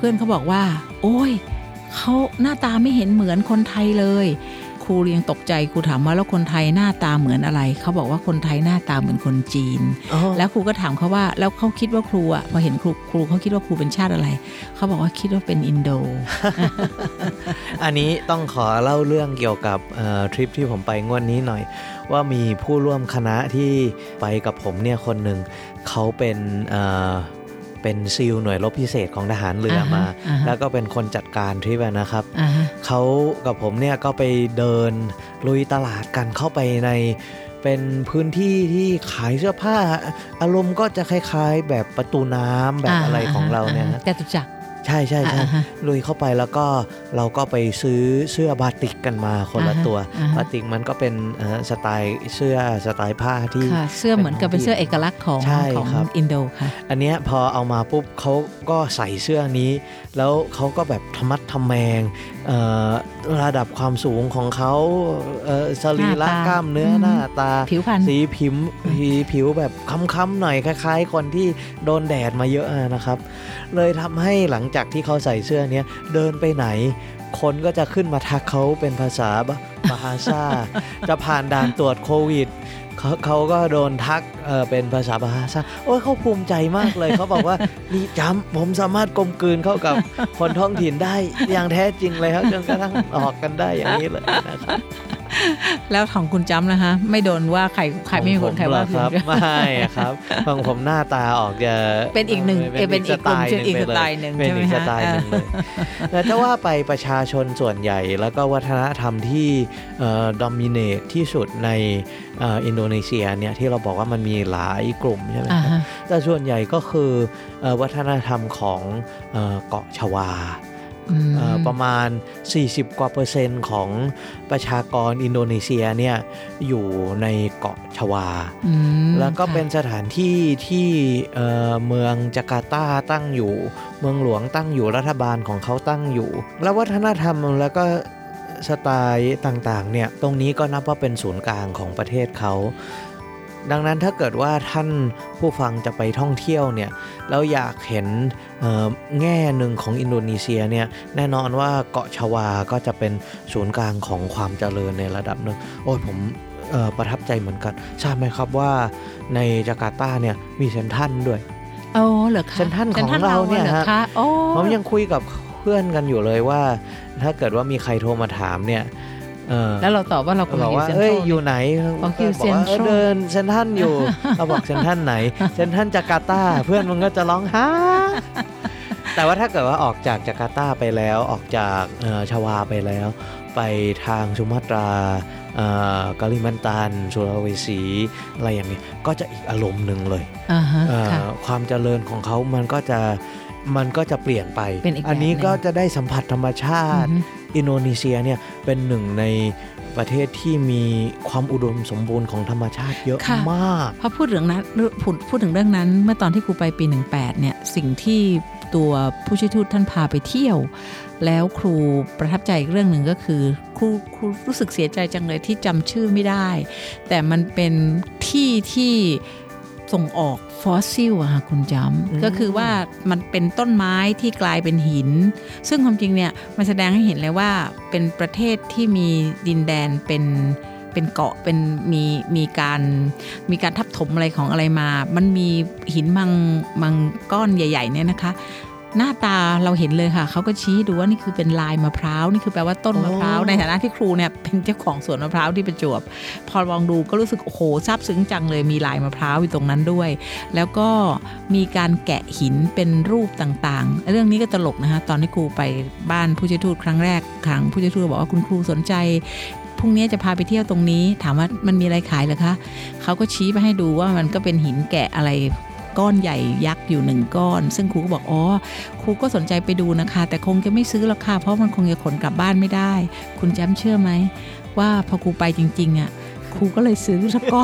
พื่อนเขาบอกว่าโอ้ยเขาหน้าตาไม่เห็นเหมือนคนไทยเลยครูยังตกใจครูถามว่าแล้วคนไทยหน้าตาเหมือนอะไรเขาบอกว่าคนไทยหน้าตาเหมือนคนจีน oh. แล้วครูก็ถามเขาว่าแล้วเขาคิดว่าครูอ่ะพอเห็นครูครูเขาคิดว่าครูเป็นชาติอะไรเขาบอกว่าคิดว่าเป็นอินโดอันนี้ต้องขอเล่าเรื่องเกี่ยวกับทริปที่ผมไปงวดนี้หน่อยว่ามีผู้ร่วมคณะที่ไปกับผมเนี่ยคนหนึ่งเขาเป็นเป็นซีลหน่วยรบพิเศษของทหารเรือมา uh-huh, uh-huh. แล้วก็เป็นคนจัดการทริปนะครับ uh-huh. เขากับผมเนี่ยก็ไปเดินลุยตลาดกันเข้าไปในเป็นพื้นที่ที่ขายเสื้อผ้าอารมณ์ก็จะคล้ายๆแบบประตูน้ำแบบ uh-huh, อะไรของเราเนี่ย uh-huh. จตุจักรใช่ใช่ใช่ uh-huh. ลุยเข้าไปแล้วก็เราก็ไปซื้อเสื้อบาติกกันมาคนละ uh-huh. ตัว uh-huh. บาติกมันก็เป็นสไตล์เสื้อสไตล์ผ้าที่เสื้อเหมือนกับเป็นเสื้อเอกลักษณ์ของของอินโดค่ะอันเนี้ยพอเอามาปุ๊บเขาก็ใส่เสื้อนี้แล้วเขาก็แบบทะมัดทะแมงระดับความสูงของเขาสรีระกล้ามเนื้อหน้าตาผิวพรรณสีผิวผิวแบบค้ำๆหน่อยคล้ายๆคนที่โดนแดดมาเยอะนะครับเลยทำให้หลังจากที่เขาใส่เสื้อนี้เดินไปไหนคนก็จะขึ้นมาทักเขาเป็นภาษาบาฮาซา จะผ่านด่านตรวจโควิดเขาเขาก็โดนทักเอ่อเป็นภาษาบาฮาซาโอ้ยเขาภูมิใจมากเลย เขาบอกว่านี่จำผมสามารถกลมกลืนเข้ากับคนท้องถิ่นได้อย่างแท้จริงเลยครับจนกระทั่งออกกันได้อย่างนี้เลยนะครับแล้วของคุณจำนะคะไม่โดนว่าใครใครไม่มีคนใครว่าครับไม่ครับของผมหน้าตาออกจะเป็นอีกหนึ่งเป็นอีกกลุ่มอีกสไตล์หนึ่งใช่ไหมคะแต่ถ้าว่าไปประชาชนส่วนใหญ่แล้วก็วัฒนธรรมที่ดอมิเนตที่สุดในอินโดนีเซียเนี่ยที่เราบอกว่ามันมีหลายกลุ่มใช่ไหมครับแต่ส่วนใหญ่ก็คือวัฒนธรรมของเกาะชวาประมาณสี่สิบกว่าเปอร์เซ็นต์ของประชากรอินโดนีเซียเนี่ยอยู่ในเกาะชวาแล้วก็เป็นสถานที่ที่เมืองจาการ์ตาตั้งอยู่เมืองหลวงตั้งอยู่รัฐบาลของเขาตั้งอยู่แล้ววัฒนธรรมแล้วก็สไตล์ต่างๆเนี่ยตรงนี้ก็นับว่าเป็นศูนย์กลางของประเทศเขาดังนั้นถ้าเกิดว่าท่านผู้ฟังจะไปท่องเที่ยวเนี่ยแล้วอยากเห็นแง่หนึ่งของอินโดนีเซียเนี่ยแน่นอนว่าเกาะชวาก็จะเป็นศูนย์กลางของความเจริญในระดับหนึ่งโอ้ยผมประทับใจเหมือนกันทราบไหมครับว่าในจาการ์ตาเนี่ยมีเซ็นทรัลด้วยโอ้เหรอคะเซ็นทรัลของเราเนี่ยฮะผมยังคุยกับเพื่อนกันอยู่เลยว่าถ้าเกิดว่ามีใครโทรมาถามเนี่ยแล้วเราตอบว่าเราบอกว่าเอ้ยอยู่ไหนบอกว่าเดินเซ็นทรัลอยู่เราบอกเซ็นทรัลไหนเซ็นทรัลจาการ์ตาเพื่อนมันก็จะร้องฮ่าแต่ว่าถ้าเกิดว่าออกจากจาการ์ตาไปแล้วออกจากชวาไปแล้วไปทางสุมาตรากาลิมันตันสุราเวสีอะไรอย่างนี้ก็จะอีกอารมณ์หนึ่งเลยความเจริญของเขามันก็จะมันก็จะเปลี่ยนไปอันนี้ก็จะได้สัมผัสธรรมชาติอินโดนีเซียเนี่ยเป็นหนึ่งในประเทศที่มีความอุดมสมบูรณ์ของธรรมชาติเยอะมากพอพูดถึงนั้นพูดพูดถึงเรื่องนั้นเมื่อตอนที่ครูไปปีสิบแปดเนี่ยสิ่งที่ตัวผู้ช่วยทูตท่านพาไปเที่ยวแล้วครูประทับใจอีกเรื่องหนึ่งก็คือครูครูรู้สึกเสียใจจังเลยที่จำชื่อไม่ได้แต่มันเป็นที่ที่ส่งออกฟอสซิลอะค่ะคุณจำก็คือว่ามันเป็นต้นไม้ที่กลายเป็นหินซึ่งความจริงเนี่ยมันแสดงให้เห็นเลยว่าเป็นประเทศที่มีดินแดนเป็นเป็นเกาะเป็นมีมีการมีการทับถมอะไรของอะไรมามันมีหินมังมังก้อนใหญ่ๆเนี่ยนะคะหน้าตาเราเห็นเลยค่ะเขาก็ชี้ดูว่านี่คือเป็นลายมะพร้าวนี่คือแปลว่าต้นมะพร้าวในฐานะที่ครูเนี่ยเป็นเจ้าของสวนมะพร้าวที่ประจวบพอลองดูก็รู้สึกโอ้โหซาบซึ้งจังเลยมีลายมะพร้าวอยู่ตรงนั้นด้วยแล้วก็มีการแกะหินเป็นรูปต่างๆเรื่องนี้ก็ตลกนะคะตอนที่ครูไปบ้านผู้ช่วยทูตครั้งแรกครั้งผู้ช่วยทูตบอกว่าคุณครูสนใจพรุ่งนี้จะพาไปเที่ยวตรงนี้ถามว่ามันมีอะไรขายเหรอคะเขาก็ชี้ไปให้ดูว่ามันก็เป็นหินแกะอะไรก้อนใหญ่ยักษ์อยู่หนึ่งก้อนซึ่งครูก็บอกอ๋อครูก็สนใจไปดูนะคะแต่คงจะไม่ซื้อหรอกค่ะเพราะมันคงจะขนกลับบ้านไม่ได้คุณจำเชื่อไหมว่าพอครูไปจริงๆอ่ะครูก็เลยซื้อสักก้อน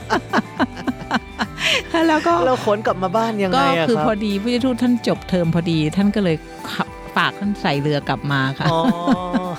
แล้วก็เราขนกลับมาบ้านยังไงอะครับก็คือพอดีผู้ช่วยทูตท่านจบเทอมพอดีท่านก็เลยฝากท่านใส่เรือกลับมาค่ะ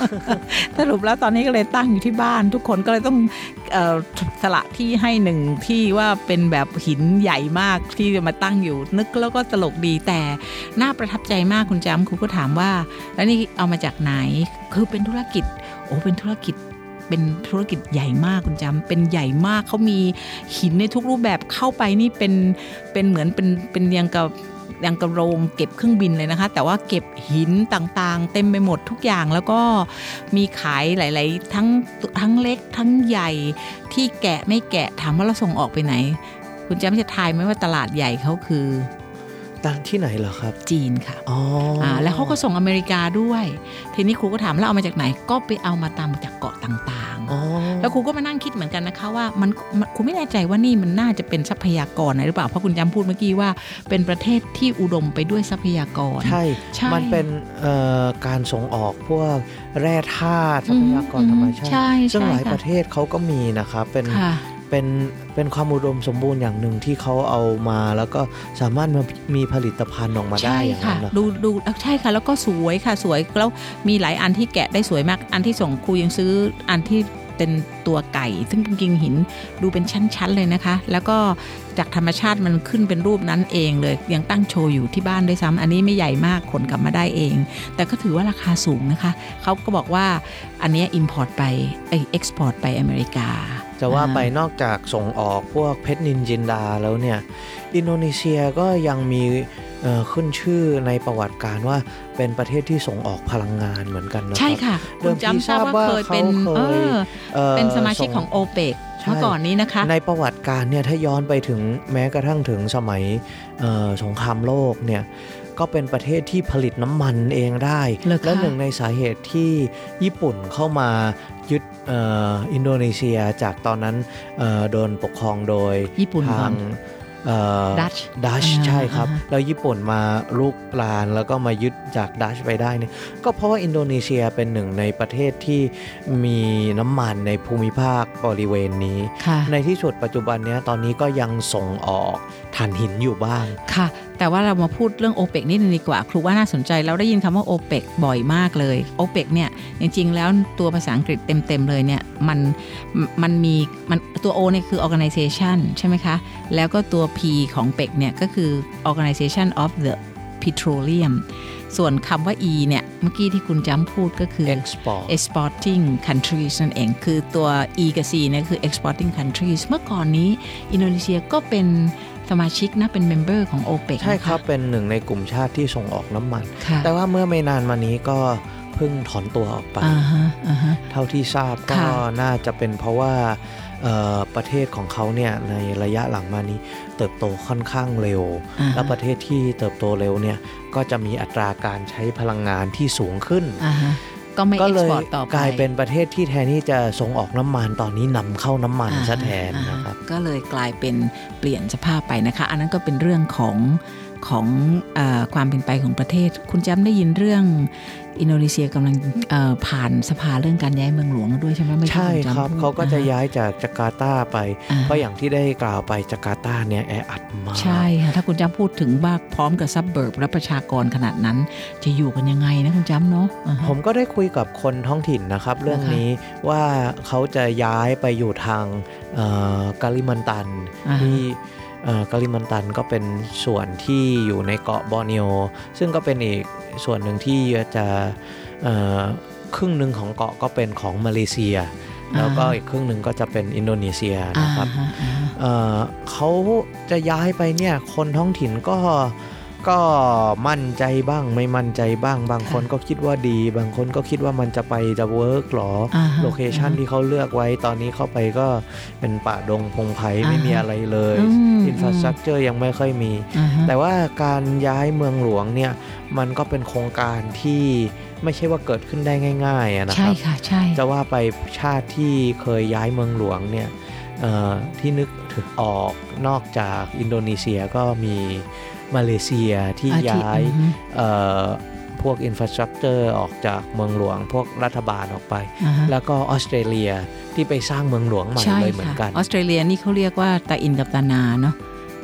สรุปแล้วตอนนี้ก็เลยตั้งอยู่ที่บ้านทุกคนก็เลยต้องเอ่อสละที่ให้หนึ่งที่ว่าเป็นแบบหินใหญ่มากที่จะมาตั้งอยู่นึกแล้วก็ตลกดีแต่น่าประทับใจมากคุณจำครูก็ถามว่าแล้วนี่เอามาจากไหนคือเป็นธุรกิจโอ้เป็นธุรกิจเป็นธุรกิจใหญ่มากคุณจำเป็นใหญ่มากเขามีหินในทุกรูปแบบเข้าไปนี่เป็นเป็นเหมือนเป็นเป็นยังกับยังกระโรงเก็บเครื่องบินเลยนะคะแต่ว่าเก็บหินต่างๆเต็มไปหมดทุกอย่างแล้วก็มีขายหลายๆทั้งทั้งเล็กทั้งใหญ่ที่แกะไม่แกะถามว่าเราส่งออกไปไหนคุณจำจะทายไหมว่าตลาดใหญ่เขาคือต่างที่ไหนเหรอครับจีนค่ะอ๋ออ่าแล้วเขาก็ส่งอเมริกาด้วยทีนี้ครูก็ถามแล้วเอามาจากไหนก็ไปเอามาตามจากเกาะต่างๆอ๋อแล้วครูก็มานั่งคิดเหมือนกันนะคะว่ามันครูไม่แน่ใจว่านี่มันน่าจะเป็นทรัพยากรอะไรหรือเปล่าเพราะคุณจำพูดเมื่อกี้ว่าเป็นประเทศที่อุดมไปด้วยทรัพยากรใช่มันเป็นเอ่อการส่งออกพวกแร่ธาตุทรัพยากรธรรมชาติซึ่งหลายประเทศเขาก็มีนะครับเป็นเป็นเป็นความอุดมสมบูรณ์อย่างหนึ่งที่เขาเอามาแล้วก็สามารถมีผลิตภัณฑ์ออกมาได้อย่างนั้นนะดูดูใช่ค่ะแล้วก็สวยค่ะสวยแล้วมีหลายอันที่แกะได้สวยมากอันที่ส่งครูยังซื้ออันที่เป็นตัวไก่ซึ่งจริงๆหินดูเป็นชั้นๆเลยนะคะแล้วก็จากธรรมชาติมันขึ้นเป็นรูปนั้นเองเลยยังตั้งโชว์อยู่ที่บ้านด้วยซ้ำอันนี้ไม่ใหญ่มากขนกลับมาได้เองแต่ก็ถือว่าราคาสูงนะคะเขาก็บอกว่าอันนี้ import ไปเอ้ย export ไปอเมริกาจะว่าไปนอกจากส่งออกพวกเพชรนินจินดาแล้วเนี่ยอินโดนีเซียก็ยังมีขึ้นชื่อในประวัติการว่าเป็นประเทศที่ส่งออกพลังงานเหมือนกันนะครับใช่ค่ะคุณจำทราบว่าเคยเป็นเป็นสมาชิกของโอเปกเมื่อก่อนนี้นะคะในประวัติการเนี่ยถ้าย้อนไปถึงแม้กระทั่งถึงสมัยสงครามโลกเนี่ยก็เป็นประเทศที่ผลิตน้ำมันเองได้และหนึ่งในสาเหตุที่ญี่ปุ่นเข้ามายึดเอ่ออินโดนีเซียจากตอนนั้นเอ่อโดนปกครองโดยทางดัชดัชใช่ครับแล้วญี่ปุ่นมาลุกลานแล้วก็มายึดจากดัชไปได้เนี่ยก็เพราะว่าอินโดนีเซียเป็นหนึ่งในประเทศที่มีน้ำมันในภูมิภาคบริเวณนี้ในที่สุดปัจจุบันนี้ตอนนี้ก็ยังส่งออกถ่านหินอยู่บ้างค่ะแต่ว่าเรามาพูดเรื่องโอเปกนิดนึงดีกว่าครูว่าน่าสนใจเราได้ยินคำว่าโอเปกบ่อยมากเลยโอเปกเนี่ยจริงๆแล้วตัวภาษาอังกฤษเต็มๆเลยเนี่ยมันมันมีมันตัว O เนี่ยคือ organization ใช่ไหมคะแล้วก็ตัว P ของ เปก เนี่ยก็คือ organization of the petroleum ส่วนคำว่า E เนี่ยเมื่อกี้ที่คุณจำพูดก็คือ export exporting countries นั่นเองคือตัว E กับ C เนี่ยคือ exporting countries เมื่อก่อนนี้อินโดนีเซียก็เป็นสมาชิกนะเป็นเมมเบอร์ของ โอเปกใช่ครับเป็นหนึ่งในกลุ่มชาติที่ส่งออกน้ำมันแต่ว่าเมื่อไม่นานมานี้ก็เพิ่งถอนตัวออกไป uh-huh, uh-huh. เท่าที่ทราบก็น่าจะเป็นเพราะว่าประเทศของเขาเนี่ยในระยะหลังมานี้เติบโตค่อนข้างเร็ว uh-huh. และประเทศที่เติบโตเร็วเนี่ยก็จะมีอัตราการใช้พลังงานที่สูงขึ้น uh-huh.ก็เลยกลายเป็นประเทศที่แทนที่จะส่งออกน้ำมันตอนนี้นำเข้าน้ำมันซะแทนนะครับก็เลยกลายเป็นเปลี่ยนสภาพไปนะคะอันนั้นก็เป็นเรื่องของของเอ่อความเป็นไปของประเทศคุณจำได้ยินเรื่องอินโดนีเซียกำลังผ่านสภาเรื่องการย้ายเมืองหลวงด้วยใช่ไหมไม่ใช่ครับเขาก็จะย้ายจากจาการ์ตาไปเพราะอย่างที่ได้กล่าวไปจาการ์ตาเนี่ยแออัดมากใช่ค่ะถ้าคุณจำพูดถึงว่าพร้อมกับซับเบิร์บและประชากรขนาดนั้นจะอยู่กันยังไงนะคุณจำเนาะผมก็ได้คุยกับคนท้องถิ่นนะครับเรื่องนี้ว่าเขาจะย้ายไปอยู่ทางกาลิมันตันที่กาลิมันตันก็เป็นส่วนที่อยู่ในเกาะบอร์เนียวซึ่งก็เป็นอีกส่วนหนึ่งที่จะครึ่งหนึ่งของเกาะก็เป็นของมาเลเซียแล้วก็อีกครึ่งหนึ่งก็จะเป็นอินโดนีเซียนะครับเขาจะย้ายไปเนี่ยคนท้องถิ่นก็ก็มั่นใจบ้างไม่มั่นใจบ้างบางคนก็คิดว่าดีบางคนก็คิดว่ามันจะไปจะเวิร์กหรอโลเคชันที่เขาเลือกไว้ตอนนี้เข้าไปก็เป็นป่าดงพงไผ่ไม่มีอะไรเลยอินฟราสตรัคเจอร์ยังไม่ค่อยมีแต่ว่าการย้ายเมืองหลวงเนี่ยมันก็เป็นโครงการที่ไม่ใช่ว่าเกิดขึ้นได้ง่ายๆนะครับใช่ค่ะใช่จะว่าไปชาติที่เคยย้ายเมืองหลวงเนี่ยที่นึกถึงออกนอกจากอินโดนีเซียก็มีมาเลเซียที่ย้ายพวกอินฟราสตรัคเจอร์ออกจากเมืองหลวงพวกรัฐบาลออกไป uh-huh. แล้วก็ออสเตรเลียที่ไปสร้างเมืองหลวงใหม่เลยเหมือนกันออสเตรเลียนี่เขาเรียกว่าตาอินกับตานาเนาะ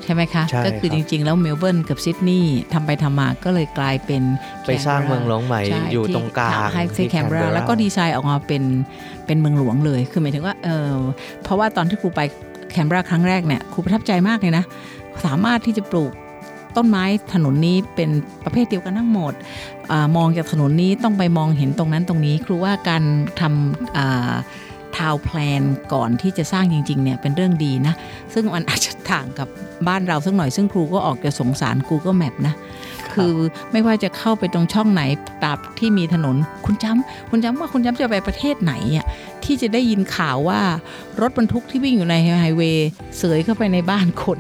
ใช่ไหมคะก็คือจริงๆแล้วเมลเบิร์นกับซิดนีย์ทำไปทำมาก็เลยกลายเป็นไปสร้างเมืองหลวงใหม่อยู่ตรงกลางที่แคนเบราแล้วก็ดีไซน์ออกมาเป็นเป็นเมืองหลวงเลยคือหมายถึงว่าเออเพราะว่าตอนที่ครูไปแคนเบราครั้งแรกเนี่ยครูประทับใจมากเลยนะสามารถที่จะปลูกต้นไม้ถนนนี้เป็นประเภทเดียวกันทั้งหมดอมองจากถนนนี้ต้องไปมองเห็นตรงนั้นตรงนี้ครูว่าการทำทาวน์แพลนก่อนที่จะสร้างจริงๆเนี่ยเป็นเรื่องดีนะซึ่งมันอาจจะต่างกับบ้านเราสักหน่อยซึ่งครูก็ออกจะสงสาร Google Map นะคือไม่ว่าจะเข้าไปตรงช่องไหนตราบที่มีถนนคุณจำคุณจำว่าคุณจำจะไปประเทศไหนอ่ะที่จะได้ยินข่าวว่ารถบรรทุกที่วิ่งอยู่ในไฮเวย์เสยเข้าไปในบ้านคน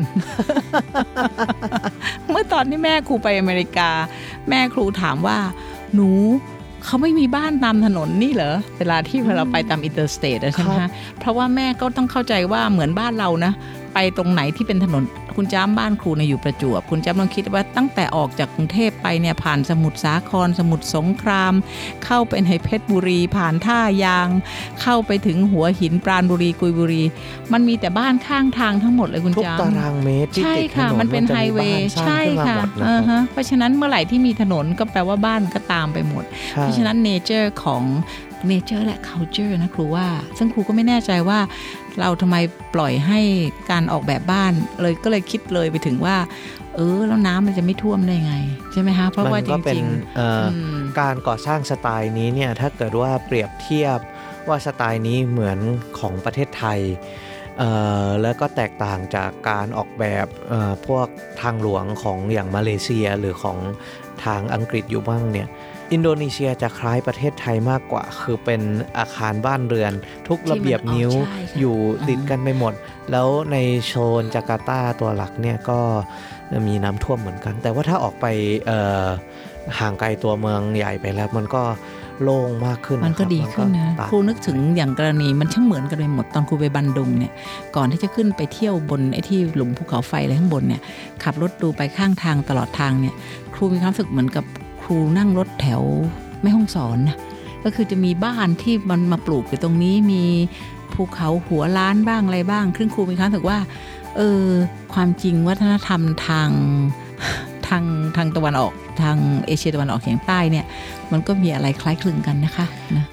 เมื่อตอนที่แม่ครูไปอเมริกาแม่ครูถามว่าหนูเขาไม่มีบ้านตามถนนนี่เหรอเวลาที่เราไปตามอินเตอร์สเตทใช่ไหมคะเพราะว่าแม่ก็ต้องเข้าใจว่าเหมือนบ้านเรานะไปตรงไหนที่เป็นถนนคุณจ้ำบ้านครูเนี่ยอยู่ประจวบคุณจ้ำลองคิดว่าตั้งแต่ออกจากกรุงเทพไปเนี่ยผ่านสมุทรสาครสมุทรสงครามเข้าไปในเพชรบุรีผ่านท่ายางเข้าไปถึงหัวหินปราณบุรีกุยบุรีมันมีแต่บ้านข้างทางทั้งหมดเลยคุณจ้ำทุกตารางเมตรที่ติดถนนมันเป็นไฮเวย์ใช่ค่ะเพราะฉะนั้นเมื่อไหร่ที่มีถนนก็แปลว่าบ้านก็ตามไปหมดเพราะฉะนั้นเนเจอร์ของnature และ culture นะครูว่าซึ่งครูก็ไม่แน่ใจว่าเราทำไมปล่อยให้การออกแบบบ้านเลยก็เลยคิดเลยไปถึงว่าเออแล้วน้ำมันจะไม่ท่วมได้ไงใช่ไหมคะเพราะว่าจริงๆการก่อสร้างสไตล์นี้เนี่ยถ้าเกิดว่าเปรียบเทียบว่าสไตล์นี้เหมือนของประเทศไทยแล้วก็แตกต่างจากการออกแบบพวกทางหลวงของอย่างมาเลเซียหรือของทางอังกฤษอยู่บ้างเนี่ยอินโดนีเซียจะคล้ายประเทศไทยมากกว่าคือเป็นอาคารบ้านเรือนทุกระเบียบนิ้วอยู่ติดกันไปหมดแล้วในโซนจาการ์ตาตัวหลักเนี่ยก็มีน้ำท่วมเหมือนกันแต่ว่าถ้าออกไปห่างไกลตัวเมืองใหญ่ไปแล้วมันก็โล่งมากขึ้นมันก็ดีขึ้นนะครูนึกถึงอย่างกรณีมันช่างเหมือนกันไปหมดตอนครูไปบันดุงเนี่ยก่อนที่จะขึ้นไปเที่ยวบนไอ้ที่หลุมภูเขาไฟอะไรข้างบนเนี่ยขับรถดูไปข้างทางตลอดทางเนี่ยครูมีความรู้สึกเหมือนกับครูนั่งรถแถวแม่ฮ่องสอนนะก็คือจะมีบ้านที่มันมาปลูกอยู่ตรงนี้มีภูเขาหัวล้านบ้างอะไรบ้างซึ่งครูมีความรู้สึกว่าเออความจริงวัฒนธรรมทางทางทางตะวันออกทางเอเชียตะวันออกเฉียงใต้เนี่ยมันก็มีอะไรคล้ายคลึงกันนะคะนะ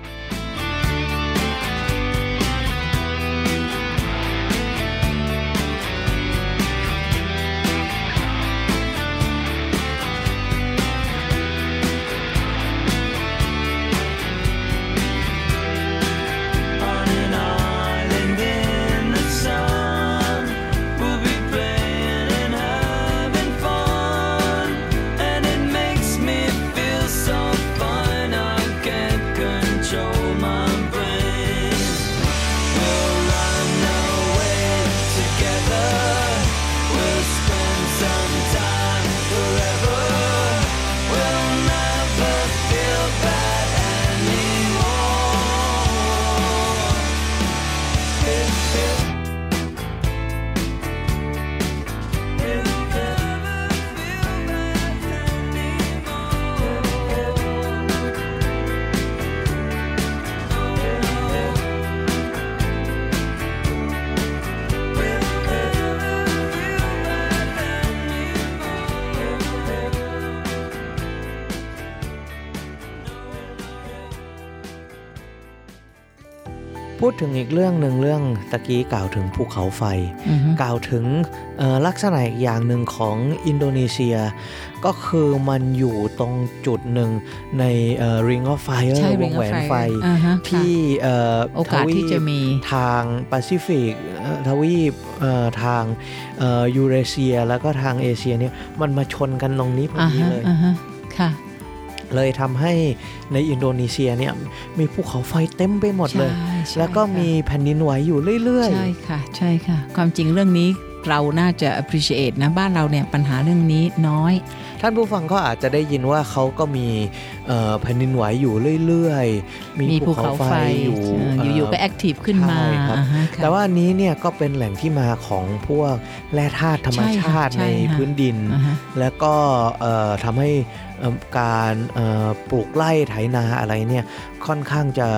พูดถึงอีกเรื่องหนึ่งเรื่องตะกี้กล่าวถึงภูเขาไฟ uh-huh. กล่าวถึงลักษณะอีกอย่างหนึ่งของอินโดนีเซียก็คือมันอยู่ตรงจุดหนึ่งใน Ring of Fire วงแหวนไฟ uh-huh. ที่โอกาสที่จะมีทางแปซิฟิกทวีปทางยูเรเซียแล้วก็ทางเอเชียเนี่ยมันมาชนกันตรงนี้พอดีเลย uh-huh. ค่ะเลยทำให้ในอินโดนีเซียเนี่ยมีภูเขาไฟเต็มไปหมดเลยแล้วก็มีแผ่นดินไหวอยู่เรื่อยๆใช่ค่ะใช่ค่ะความจริงเรื่องนี้เราน่าจะ appreciate นะบ้านเราเนี่ยปัญหาเรื่องนี้น้อยท่านผู้ฟังก็อาจจะได้ยินว่าเขาก็มีแผ่นดินไหวอยู่เรื่อยๆมีภูเขาไฟอยู่อยู่ๆก็แอคทีฟขึ้นมาแต่ว่าอันนี้เนี่ยก็เป็นแหล่งที่มาของพวกแร่ธาตุธรรมชาติในพื้นดินแล้วก็ทำให้การปลูกไร่ไถนาอะไรเนี่ยค่อนข้างจะ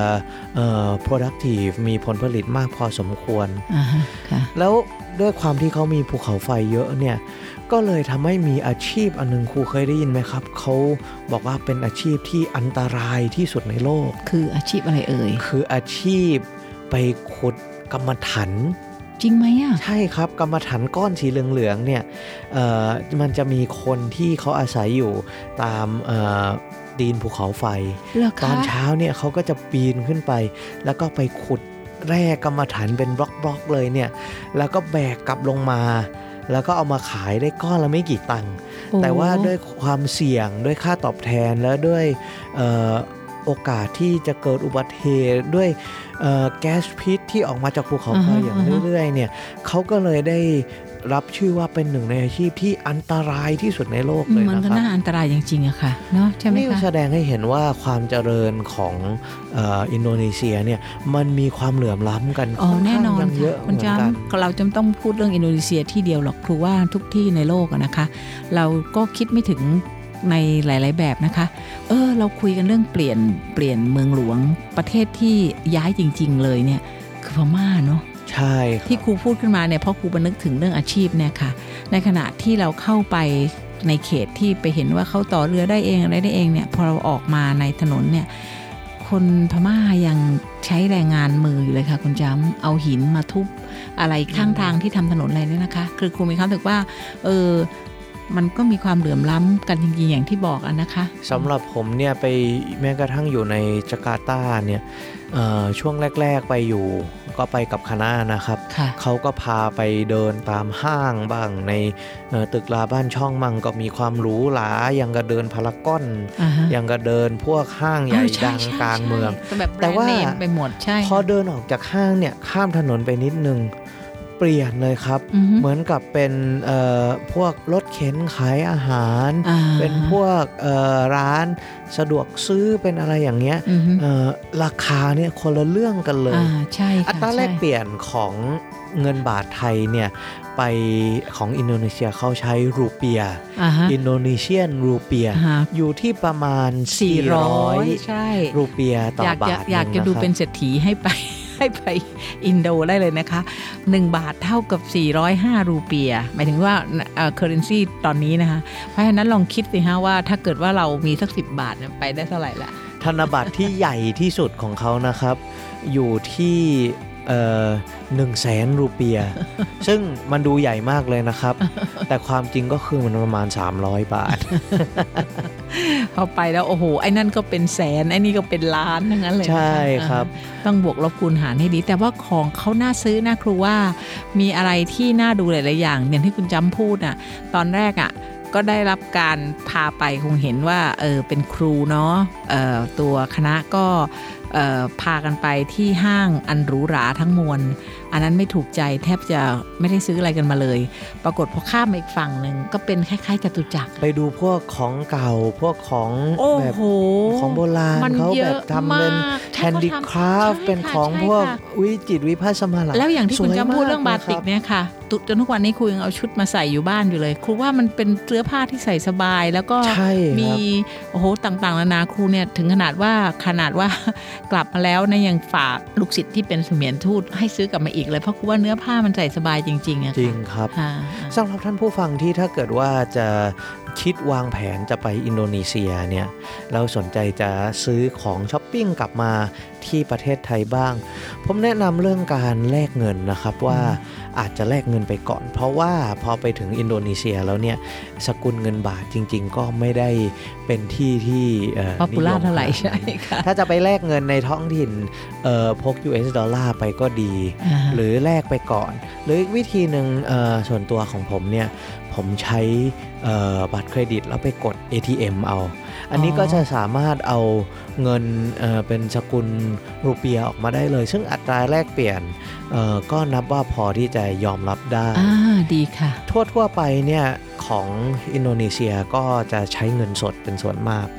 productive มีผลผลิตมากพอสมควรแล้วด้วยความที่เขามีภูเขาไฟเยอะเนี่ยก็เลยทำให้มีอาชีพอันนึงครูเคยได้ยินไหมครับเขาบอกว่าเป็นอาชีพที่อันตรายที่สุดในโลกคืออาชีพอะไรเอ่ยคืออาชีพไปขุดกรรมฐานจริงไหมอ่ะใช่ครับกรรมฐานก้อนสีเหลืองๆเนี่ยมันจะมีคนที่เขาอาศัยอยู่ตามตีนภูเขาไฟตอนเช้าเนี่ยเขาก็จะปีนขึ้นไปแล้วก็ไปขุดแร่กรรมฐานเป็นบล็อกๆเลยเนี่ยแล้วก็แบกกลับลงมาแล้วก็เอามาขายได้ก้อนละไม่กี่ตังค์แต่ว่าด้วยความเสี่ยงด้วยค่าตอบแทนแล้วด้วยเอ่อโอกาสที่จะเกิดอุบัติเหตุด้วยแก๊สพิษที่ออกมาจากภูเขาไฟอย่างเรื่อยๆเนี่ยเขาก็เลยได้รับชื่อว่าเป็นหนึ่งในอาชีพที่อันตรายที่สุดในโลกเลยนะครับมันก็น่าอันตรายจริงๆอะค่ะเนาะใช่ไหมคะนี่แสดงให้เห็นว่าความเจริญของเอ่ออินโดนีเซียเนี่ยมันมีความเหลื่อมล้ำกันอ๋อแน่นอนเยอะเหมือนกันเราจำต้องพูดเรื่องอินโดนีเซียที่เดียวหรอกครูว่าทุกที่ในโลกนะคะเราก็คิดไม่ถึงในหลายๆแบบนะคะเออเราคุยกันเรื่องเปลี่ยนเปลี่ยนเมืองหลวงประเทศที่ย้ายจริงๆเลยเนี่ยคือพม่าเนาะใช่ที่ครูพูดขึ้นมาเนี่ยเพราะครูบันทึกถึงเรื่องอาชีพเนี่ยค่ะในขณะที่เราเข้าไปในเขตที่ไปเห็นว่าเขาต่อเรือได้เองอะไรได้เองเนี่ยพอเราออกมาในถนนเนี่ยคนพม่ายังใช้แรงงานมืออยู่เลยค่ะคุณจำเอาหินมาทุบอะไรข้างทางที่ทำถนนอะไรเนี่ยนะคะคือครูมีความรู้สึกว่าเออมันก็มีความเหลื่อมล้ำกันจริงๆอย่างที่บอกอะนะคะสำหรับผมเนี่ยไปแม้กระทั่งอยู่ในจาการ์ตาเนี่ยช่วงแรกๆไปอยู่ก็ไปกับคณะนะครับเขาก็พาไปเดินตามห้างบ้างในตึกราบ้านช่องมั่งก็มีความหรูหรายังก็เดินพารากอนยังก็เดินพวกห้างใหญ่ดังกลางเมืองแต่ว่าพอเดินออกจากห้างเนี่ยข้ามถนนไปนิดนึงเปลี่ยนเลยครับเหมือนกับเป็นพวกรถเข็นขายอาหารเป็นพวกร้านสะดวกซื้อเป็นอะไรอย่างเงี้ยราคาเนี่ยคนละเรื่องกันเลยอัตราแลกเปลี่ยนของเงินบาทไทยเนี่ยไปของอินโดนีเซียเขาใช้รูเปียอินโดนีเซียนรูเปียอยู่ที่ประมาณสี่ร้อยรูเปียต่อบาทอยากจะดูเป็นเศรษฐีให้ไปให้ไปอินโดได้เลยนะคะหนึ่งบาทเท่ากับสี่ร้อยห้ารูเปียหมายถึงว่าเอ่อ currency ตอนนี้นะคะเพราะฉะนั้นลองคิดสิฮะว่าถ้าเกิดว่าเรามีสักสิบบาทไปได้เท่าไหร่ละธนบัตรที่ใหญ่ที่สุดของเขานะครับอยู่ที่เอ่อหนึ่งแสนรูเปียซึ่งมันดูใหญ่มากเลยนะครับแต่ความจริงก็คือมันประมาณสามร้อยบาทพอไปแล้วโอ้โหไอ้นั่นก็เป็นแสนไอ้นี่ก็เป็นล้านทั้งนั้นเลยใช่ครับต้องบวกลบคูณหารให้ดีแต่ว่าของเขาน่าซื้อน่าครูว่ามีอะไรที่น่าดูหลายๆอย่างอย่างที่คุณจำพูดอ่ะตอนแรกอ่ะก็ได้รับการพาไปคงเห็นว่าเออเป็นครูเนาะเอ่อตัวคณะก็พากันไปที่ห้างอันหรูหราทั้งมวลอันนั้นไม่ถูกใจแทบจะไม่ได้ซื้ออะไรกันมาเลยปรากฏพอข้ามมาอีกฝั่งหนึ่งก็เป็นคล้ายๆจตุจักรไปดูพวกของเก่าพวกของแบบของโบราณเขาแบบทำเป็นแฮนดิคราฟต์เป็นของพวกวิจิตรวิภาสมาลาแล้วอย่างที่คุณจะพูดเรื่องบาติกเนี่ยค่ะจนทุกวันนี้ครูยังเอาชุดมาใส่อยู่บ้านอยู่เลยครูว่ามันเป็นเสื้อผ้าที่ใส่สบายแล้วก็มีโอ้โหต่างๆนานาครูเนี่ยถึงขนาดว่าขนาดว่ากลับมาแล้วนะยังฝากลูกศิษย์ที่เป็นเสมียนทูตให้ซื้อกลับมาอีกเลยเพราะว่าเนื้อผ้ามันใส่สบายจริงๆอะจริงครับสำหรับท่านผู้ฟังที่ถ้าเกิดว่าจะคิดวางแผนจะไปอินโดนีเซียเนี่ยเราสนใจจะซื้อของช้อปปิ้งกลับมาที่ประเทศไทยบ้างผมแนะนำเรื่องการแลกเงินนะครับว่าอาจจะแลกเงินไปก่อนเพราะว่าพอไปถึงอินโดนีเซียแล้วเนี่ยสกุลเงินบาทจริงๆก็ไม่ได้เป็นที่ที่ป๊อปปูล่าเท่าไหร่ใช่ค่ะถ้าจะไปแลกเงินในท้องถิ่นพก ยู เอส ดอลลาร์ไปก็ดีหรือแลกไปก่อนหรืออีกวิธีหนึ่งส่วนตัวของผมเนี่ยผมใช้บัตรเครดิตแล้วไปกด เอ ที เอ็ม เอาอันนี้ก็จะสามารถเอาเงิน เอ่อ เป็นสกุลรูเปียออกมาได้เลยซึ่งอัตราแลกเปลี่ยนก็นับว่าพอที่จะยอมรับได้อ่าดีค่ะทั่วทั่วไปเนี่ยของอินโดนีเซียก็จะใช้เงินสดเป็นส่วนมากอ่า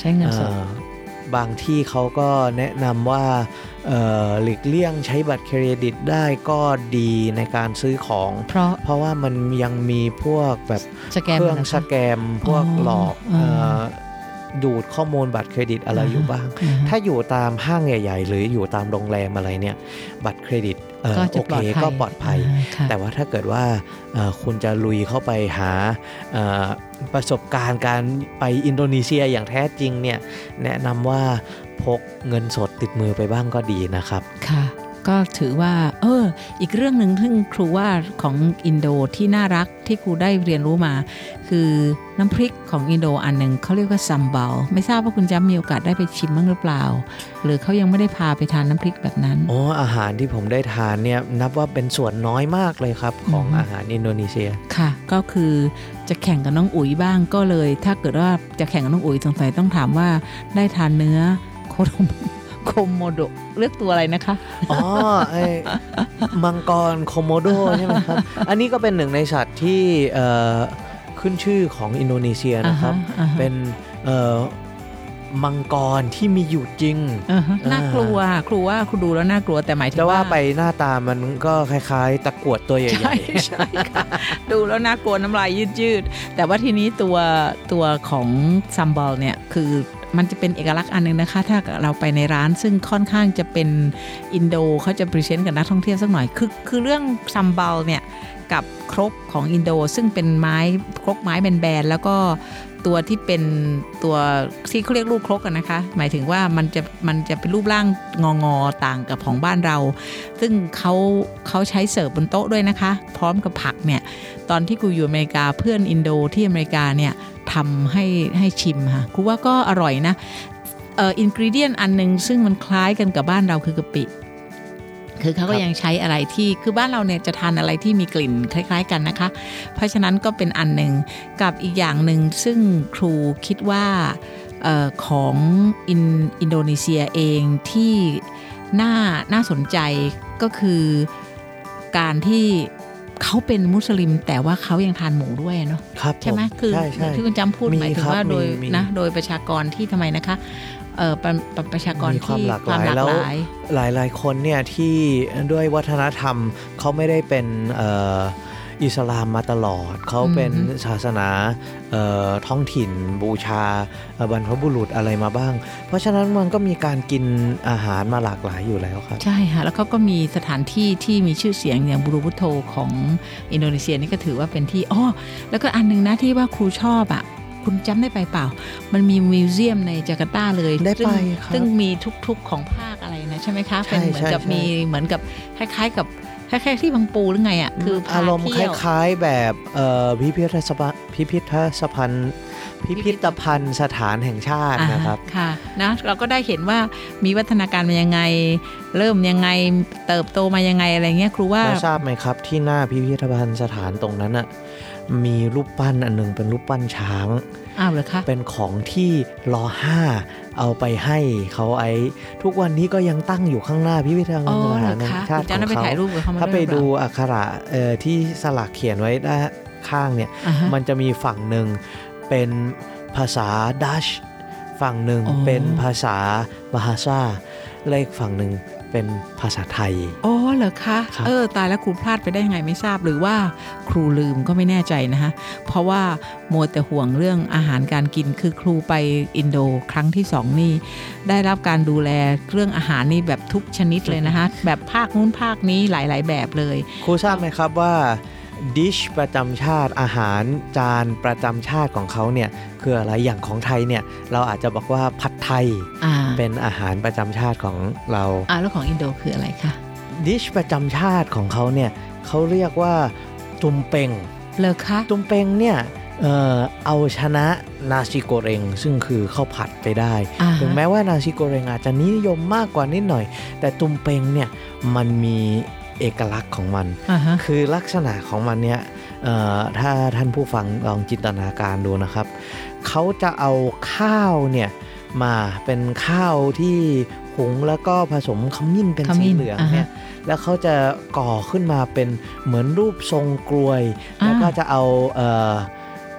ใช้เงินสดบางที่เขาก็แนะนำว่าหลีกเลี่ยงใช้บัตรเครดิตได้ก็ดีในการซื้อของเพราะเพราะว่ามันยังมีพวกแบบเครื่องสแกมพวกหลอกดูดข้อมูลบัตรเครดิตอะไรอยู่บ้างถ้าอยู่ตามห้างใหญ่ๆหรืออยู่ตามโรงแรมอะไรเนี่ยบัตรเครดิตโอเคก็ปลอดภัยแต่ว่าถ้าเกิดว่าคุณจะลุยเข้าไปหาประสบการณ์การไปอินโดนีเซียอย่างแท้จริงเนี่ยแนะนำว่าพกเงินสดติดมือไปบ้างก็ดีนะครับค่ะก็ถือว่าเอออีกเรื่องนึงที่ครูว่าของอินโดที่น่ารักที่ครูได้เรียนรู้มาคือน้ำพริกของอินโดอันหนึ่งเขาเรียกว่าซัมบัลไม่ทราบว่าคุณจ๊บมีโอกาสได้ไปชิมบ้างหรือเปล่าหรือเขายังไม่ได้พาไปทานน้ำพริกแบบนั้นอ๋ออาหารที่ผมได้ทานเนี่ยนับว่าเป็นส่วนน้อยมากเลยครับของอาหารอินโดนีเซียค่ะก็คือจะแข่งกับน้องอุ๋ยบ้างก็เลยถ้าเกิดว่าจะแข่งกับน้องอุ๋ยสงสัยต้องถามว่าได้ทานเนื้อโคโดโคโมโดเลือกตัวอะไรนะคะอ๋อไอ้มังกรโคโมโดใช่ไหมครับอันนี้ก็เป็นหนึ่งในสัตว์ที่ขึ้นชื่อของอินโดนีเซียนะครับเป็นมังกรที่มีอยู่จริงน่ากลัวครูว่าครูดูแล้วน่ากลัวแต่หมายถึงว่าแต่ว่าไปหน้าตามันก็คล้ายๆตะกรวดตัวใหญ่ๆใช่ใช่ค่ะดูแล้วน่ากลัวน้ำลายยืดๆแต่ว่าทีนี้ตัวตัวของซัมบัลเนี่ยคือมันจะเป็นเอกลักษณ์อันนึงนะคะถ้าเราไปในร้านซึ่งค่อนข้างจะเป็นอินโดเขาจะพรีเซนต์กับนักท่องเที่ยวสักหน่อยคือคือเรื่องซัมบัลเนี่ยกับครกของอินโดซึ่งเป็นไม้ครกไม้แบนๆแล้วก็ตัวที่เป็นตัวที่เขาเรียกลูกครกกันนะคะหมายถึงว่ามันจะมันจะเป็นรูปร่างงอๆต่างกับของบ้านเราซึ่งเขาเขาใช้เสิร์ฟบนโต๊ะด้วยนะคะพร้อมกับผักเนี่ยตอนที่กูอยู่อเมริกาเพื่อนอินโดที่อเมริกาเนี่ยทำให้ให้ชิมค่ะกูว่าก็อร่อยนะเอ่ออินกรีเดียนอันนึงซึ่งมันคล้ายกันกับบ้านเราคือกะปิคือเขาก็ยังใช้อะไรที่คือบ้านเราเนี่ยจะทานอะไรที่มีกลิ่นคล้ายๆกันนะคะเพราะฉะนั้นก็เป็นอันหนึ่งกับอีกอย่างหนึ่งซึ่งครูคิดว่าเอ่อของอินอินโดนีเซียเองที่น่าน่าสนใจก็คือการที่เขาเป็นมุสลิมแต่ว่าเขายังทานหมูด้วยเนาะใช่ไหมคือที่คุณจำพูดหมายถึงว่าโดยนะโดยประชากรที่ทำไมนะคะเอ่อประประชากรที่ความหลากหลายแล้วหลายๆคนเนี่ยที่ด้วยวัฒนธรรมเขาไม่ได้เป็นเอ่ออิสลามมาตลอดเขาเป็นศาสนาท้องถิ่นบูชาบรรพบุรุษอะไรมาบ้างเพราะฉะนั้นมันก็มีการกินอาหารมาหลากหลายอยู่แล้วครับใช่ค่ะแล้วเขาก็มีสถานที่ที่มีชื่อเสียงอย่างบูรูบุโตของอินโดนีเซียนี่ก็ถือว่าเป็นที่อ้อแล้วก็อันนึงนะที่ว่าครูชอบอ่ะคุณจำได้ไปเปล่ามันมีมิวเซียมในจาการ์ตาเลยได้ไปครับซึ่งมีทุกๆของภาคอะไรนะใช่ไหมคะเป็นเหมือนกับมีเหมือนกับคล้ายๆกับคล้ายๆที่บางปูหรือไงอ่ะคืออารมณ์คล้ายๆแบบพิพิธภัณฑ์พิพิธภัณฑ์พิพิธภัณฑ์สถานแห่งชาตินะครับค่ะนะเราก็ได้เห็นว่ามีวัฒนาการมายังไงเริ่มยังไงเติบโตมายังไงอะไรเงี้ยครูว่าทราบไหมครับที่หน้าพิพิธภัณฑ์สถานตรงนั้นอ่ะมีรูปปั้นอันนึงเป็นรูปปั้นช้างอ้าวเหรอคะเป็นของที่รอห้าเอาไปให้เขาไอ้ทุกวันนี้ก็ยังตั้งอยู่ข้างหน้าพิพิธภัณฑ์สถานแห่งชาติของเขาถ้าไปดูอักขระที่สลักเขียนไว้ด้านข้างเนี่ย uh-huh. มันจะมีฝั่งหนึ่งเป็นภาษาดัชฝั่งหนึ่ง oh. เป็นภาษาบาฮาซาและอีกฝั่งหนึ่งเป็นภาษาไทยอ๋อเหรอคะเออตายแล้วครูพลาดไปได้ไงไม่ทราบหรือว่าครูลืมก็ไม่แน่ใจนะคะเพราะว่ามัวแต่ห่วงเรื่องอาหารการกินคือครูไปอินโดครั้งที่สองนี่ได้รับการดูแลเรื่องอาหารนี่แบบทุกชนิดเลยนะคะแบบภาคนู้นภาคนี้หลายๆแบบเลยครูทราบไหมครับว่าดิชประจำชาติอาหารจานประจำชาติของเขาเนี่ยคืออะไรอย่างของไทยเนี่ยเราอาจจะบอกว่าผัดไทยเป็นอาหารประจำชาติของเราอ่าแล้วของอินโดคืออะไรคะดิชประจำชาติของเขาเนี่ยเขาเรียกว่าตุมเปงเหรอคะตุมเปงเนี่ย เอ่อเอาชนะนาซิโกเรงซึ่งคือข้าวผัดไปได้ถึงแม้ว่านาซิโกเรงอาจจะนิยมมากกว่านิดหน่อยแต่ตุมเปงเนี่ยมันมีเอกลักษณ์ของมัน uh-huh. คือลักษณะของมันเนี่ยถ้าท่านผู้ฟังลองจินตนาการดูนะครับเขาจะเอาข้าวเนี่ยมาเป็นข้าวที่หุงแล้วก็ผสมขมิ้นเป็นสีเหลืองเนี่ย uh-huh. แล้วเขาจะก่อขึ้นมาเป็นเหมือนรูปทรงกลวย uh-huh. แล้วก็จะเอาเอ่อ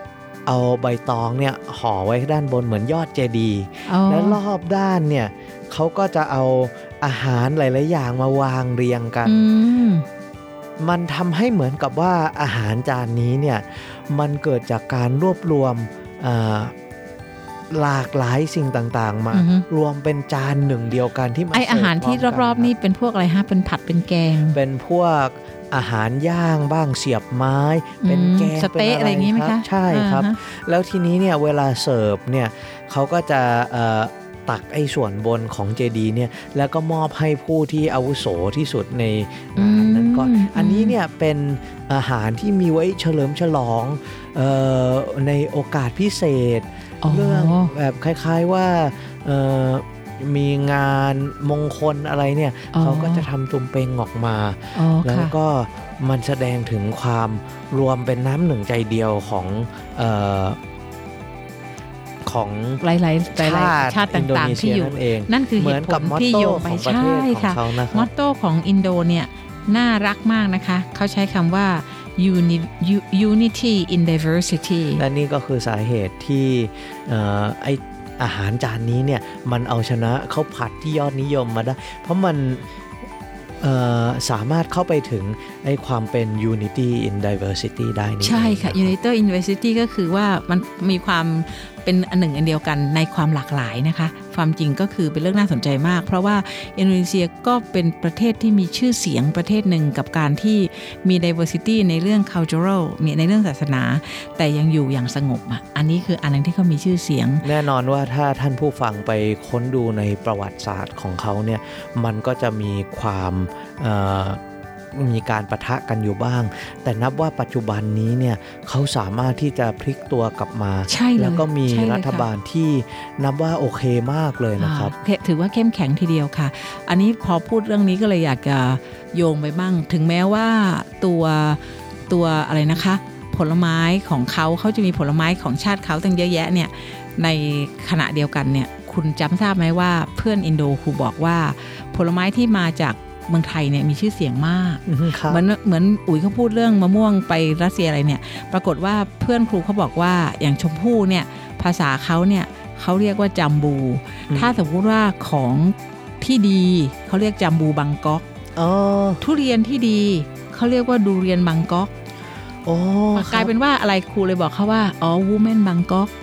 เอาใบตองเนี่ยห่อไว้ด้านบนเหมือนยอดเจดีย์และรอบด้านเนี่ยเขาก็จะเอาอาหารหลายๆอย่างมาวางเรียงกันมันทำให้เหมือนกับว่าอาหารจานนี้เนี่ยมันเกิดจากการรวบรวมหลากหลายสิ่งต่างๆมารวมเป็นจานหนึ่งเดียวกันที่มาไออาหารที่รอบๆนี่เป็นพวกอะไรฮะเป็นผัดเป็นแกงเป็นพวกอาหารย่างบ้างเสียบไม้เป็นแกงสเต๊ะอะไรอย่างงี้ไหมคะใช่ครับแล้วทีนี้เนี่ยเวลาเสิร์ฟเนี่ยเขาก็จะตักไอ้ส่วนบนของเจดีย์เนี่ยแล้วก็มอบให้ผู้ที่อาวุโสที่สุดในงานนั้นก่อนอันนี้เนี่ยเป็นอาหารที่มีไว้เฉลิมฉลองเอ่อในโอกาสพิเศษเรื่องแบบคล้ายๆว่าเอ่อมีงานมงคลอะไรเนี่ยเขาก็จะทำตุ่มเปงออกมาแล้วก็มันแสดงถึงความรวมเป็นน้ำหนึ่งใจเดียวของเอ่อของหลายๆชาติต่างๆที่อยู่นั่นคือเหตุผลที่โยงไปใช่ค่ะมอตโต้ของอินโดเนี่ยน่ารักมากนะคะเขาใช้คำว่า unity in diversity และนี่ก็คือสาเหตุที่ไออาหารจานนี้เนี่ยมันเอาชนะข้าวผัดที่ยอดนิยมมาได้เพราะมันสามารถเข้าไปถึงไอ้ความเป็น unity in diversity ได้นี่ใช่ค่ะ unity in diversity ก็คือว่ามันมีความเป็นอันหนึ่งอันเดียวกันในความหลากหลายนะคะความจริงก็คือเป็นเรื่องน่าสนใจมากเพราะว่าอินโดนีเซียก็เป็นประเทศที่มีชื่อเสียงประเทศหนึ่งกับการที่มี diversity ในเรื่อง cultural มีในเรื่องศาสนาแต่ยังอยู่อย่างสงบอ่ะอันนี้คืออันนึงที่เขามีชื่อเสียงแน่นอนว่าถ้าท่านผู้ฟังไปค้นดูในประวัติศาสตร์ของเขาเนี่ยมันก็จะมีความมีการปะทะกันอยู่บ้างแต่นับว่าปัจจุบันนี้เนี่ยเขาสามารถที่จะพลิกตัวกลับมาแล้วก็มีรัฐบาลที่นับว่าโอเคมากเลยนะครับถือว่าเข้มแข็งทีเดียวค่ะอันนี้พอพูดเรื่องนี้ก็เลยอยากจะโยงไปบ้างถึงแม้ว่าตัวตัวอะไรนะคะผลไม้ของเขาเขาจะมีผลไม้ของชาติเขาตั้งเยอะแยะเนี่ยในขณะเดียวกันเนี่ยคุณจำทราบไหมว่าเพื่อนอินโดครูบอกว่าผลไม้ที่มาจากเมืองไทยเนี่ยมีชื่อเสียงมากเหมือนเหมือนอุ๋ยเขาพูดเรื่องมะม่วงไปรัสเซียอะไรเนี่ยปรากฏว่าเพื่อนครูเขาบอกว่าอย่างชมพู่เนี่ยภาษาเขาเนี่ยเขาเรียกว่าจัมบูถ้าสมมติว่าของที่ดีเขาเรียกจัมบูบังก๊อกทุเรียนที่ดีเขาเรียกว่าดูเรียนบังก๊อกกลายเป็นว่าอะไรครูเลยบอกเขาว่าอ๋อวูแมนบังก๊อก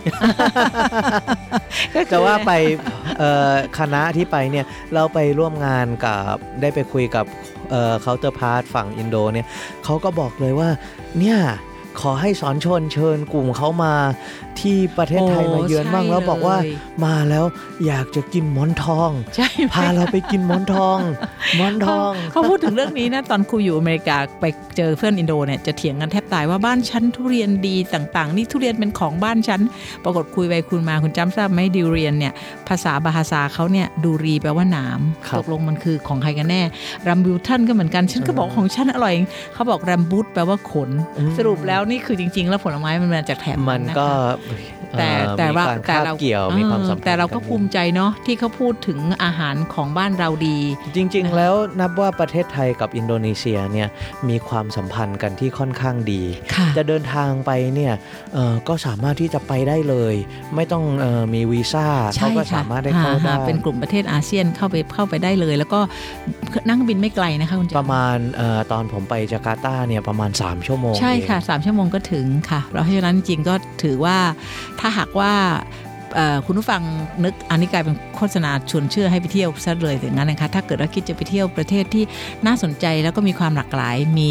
จะว่าไปคณะที่ไปเนี่ยเราไปร่วมงานกับได้ไปคุยกับเคาน์เตอร์พาร์ทฝั่งอินโดเนี่ยเขาก็บอกเลยว่าเนี่ยขอให้สอนชนเชิญกลุ่มเขามาที่ประเทศไทยมาเยือนบ้างแล้วบอกว่ามาแล้วอยากจะกินหมอนทองพาเราไปกินหมอนทองหมอนทองเขาพูดถึงเรื่องนี้นะตอนครูอยู่อเมริกาไปเจอเพื่อนอินโดเนี่ยจะเถียงกันแทบตายว่าบ้านฉันทุเรียนดีต่างๆนี่ทุเรียนเป็นของบ้านฉันปรากฏคุยไปคุยมาคุณจำทราบไหมดิวเรียนเนี่ยภาษาบาฮาซาเขาเนี่ยดูรีแปลว่าหนามตกลงมันคือของใครกันแน่รัมบูทันก็เหมือนกันฉันก็บอกของฉันอร่อยเขาบอกรัมบูทแปลว่าขนสรุปแล้วนี่คือจริงๆแล้วผลไม้มันมาจากแถบมันก็แต่แต่ว่าแต่เราเกี่ยวมีความสัมพันธ์แต่เราก็ภูมิใจเนาะที่เขาพูดถึงอาหารของบ้านเราดีจริงๆแล้วนับว่าประเทศไทยกับอินโดนีเซียเนี่ยมีความสัมพันธ์กันที่ค่อนข้างดีจะเดินทางไปเนี่ยก็สามารถที่จะไปได้เลยไม่ต้องมีวีซ่าเขาก็สามารถได้เข้าได้เป็นกลุ่มประเทศอาเซียนเข้าไปเข้าไปได้เลยแล้วก็นั่งบินไม่ไกลนะคะคุณประมาณตอนผมไปจาการ์ตาเนี่ยประมาณสามชั่วโมงใช่ค่ะสามชั่วโมงก็ถึงค่ะเพราะฉะนั้นจริงก็ถือว่าถ้าหากว่าคุณผู้ฟังนึกอันนี้กลายเป็นโฆษณาชวนเชื่อให้ไปเที่ยวซะเลยอย่างนั้นนะคะถ้าเกิดว่าคิดจะไปเที่ยวประเทศที่น่าสนใจแล้วก็มีความหลากหลายมี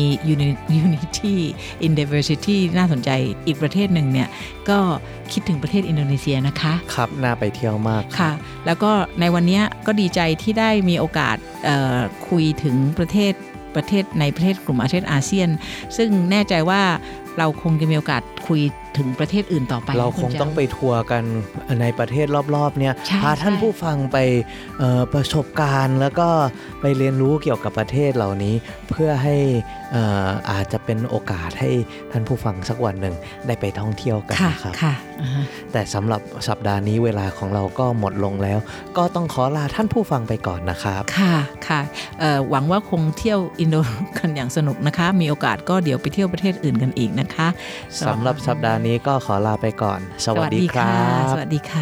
unity in diversity น่าสนใจอีกประเทศหนึ่งเนี่ยก็คิดถึงประเทศอินโดนีเซียนะคะครับน่าไปเที่ยวมากค่ะแล้วก็ในวันนี้ก็ดีใจที่ได้มีโอกาสคุยถึงประเทศประเทศในประเทศกลุ่มประเทศอาเซียนซึ่งแน่ใจว่าเราคงจะมีโอกาสคุยถึงประเทศอื่นต่อไปเราคงต้องไปทัวร์กันในประเทศรอบๆเนี่ยพาท่านผู้ฟังไปประสบการณ์แล้วก็ไปเรียนรู้เกี่ยวกับประเทศเหล่านี้เพื่อให้อาจจะเป็นโอกาสให้ท่านผู้ฟังสักวันหนึ่งได้ไปท่องเที่ยวกันนะครับแต่สำหรับสัปดาห์นี้เวลาของเราก็หมดลงแล้วก็ต้องขอลาท่านผู้ฟังไปก่อนนะครับค่ะค่ะหวังว่าคงเที่ยวอินโดกันอย่างสนุกนะคะมีโอกาสก็เดี๋ยวไปเที่ยวประเทศอื่นกันอีกนะคะนะคะสำหรับสัปดาห์นี้ก็ขอลาไปก่อนสวัสดีครับสวัสดีค่ะ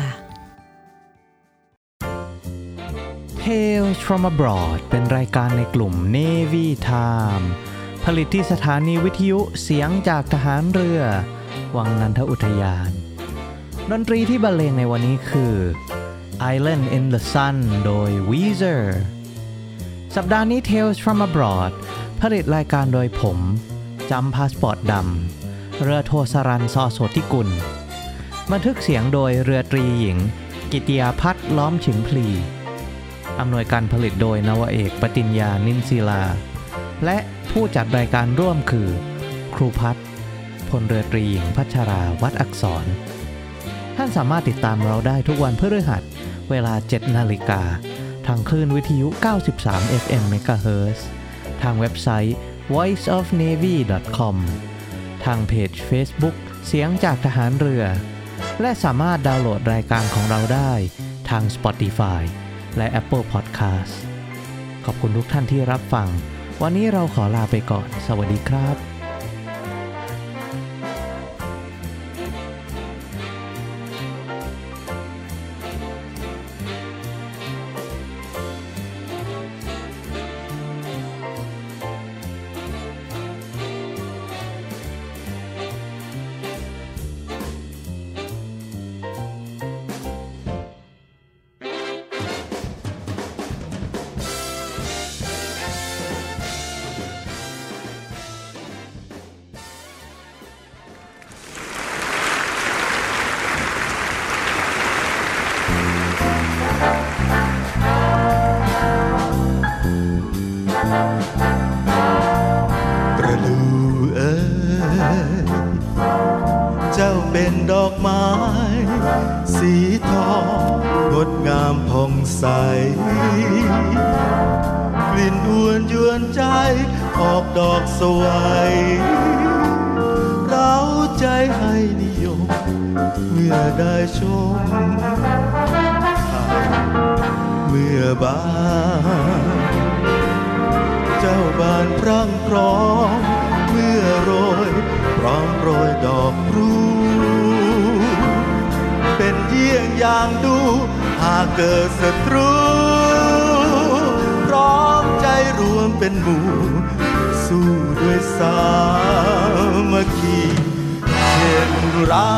Tales from Abroad เป็นรายการในกลุ่ม Navy Time ผลิตที่สถานีวิทยุเสียงจากทหารเรือวังนันทอุทยานดนตรีที่บรรเลงในวันนี้คือ Island in the Sun โดย Weezer สัปดาห์นี้ Tales from Abroad ผลิตรายการโดยผมจำพาสปอร์ตดำเรือโทสรัญ ซอโสธิกุลบันทึกเสียงโดยเรือตรีหญิงกิติยาภัทร ล้อมฉิมพลีอำนวยการผลิตโดยนวเอกปติญญานินศิลาและผู้จัดรายการร่วมคือครูพัฒน์พลเรือตรีหญิงพัชราวัดอักษรท่านสามารถติดตามเราได้ทุกวันพฤหัสเวลา เจ็ดนาฬิกาทางคลื่นวิทยุ เก้าสิบสาม เอฟ เอ็ม เมกะเฮิรตซ์ ทางเว็บไซต์ voice of navy ดอท คอม ทางเพจ Facebook เสียงจากทหารเรือและสามารถดาวน์โหลดรายการของเราได้ทาง Spotify และ Apple Podcast ขอบคุณทุกท่านที่รับฟังวันนี้เราขอลาไปก่อนสวัสดีครับดอกไม้สีทองงดงามผ่องใสกลิ่นอวนยวนใจออกดอกสวยเร้าใจให้นิยมเมื่อได้ชมเมื่อบานเจ้าบานพรั่งพร้อมเมื่อโรยพร้อมโรยดอกรูเป็นเยี่ยงอย่างดูหากเกิดศัตรูพร้อมใจรวมเป็นหมู่สู้ด้วยสามัคคีเช่นเรา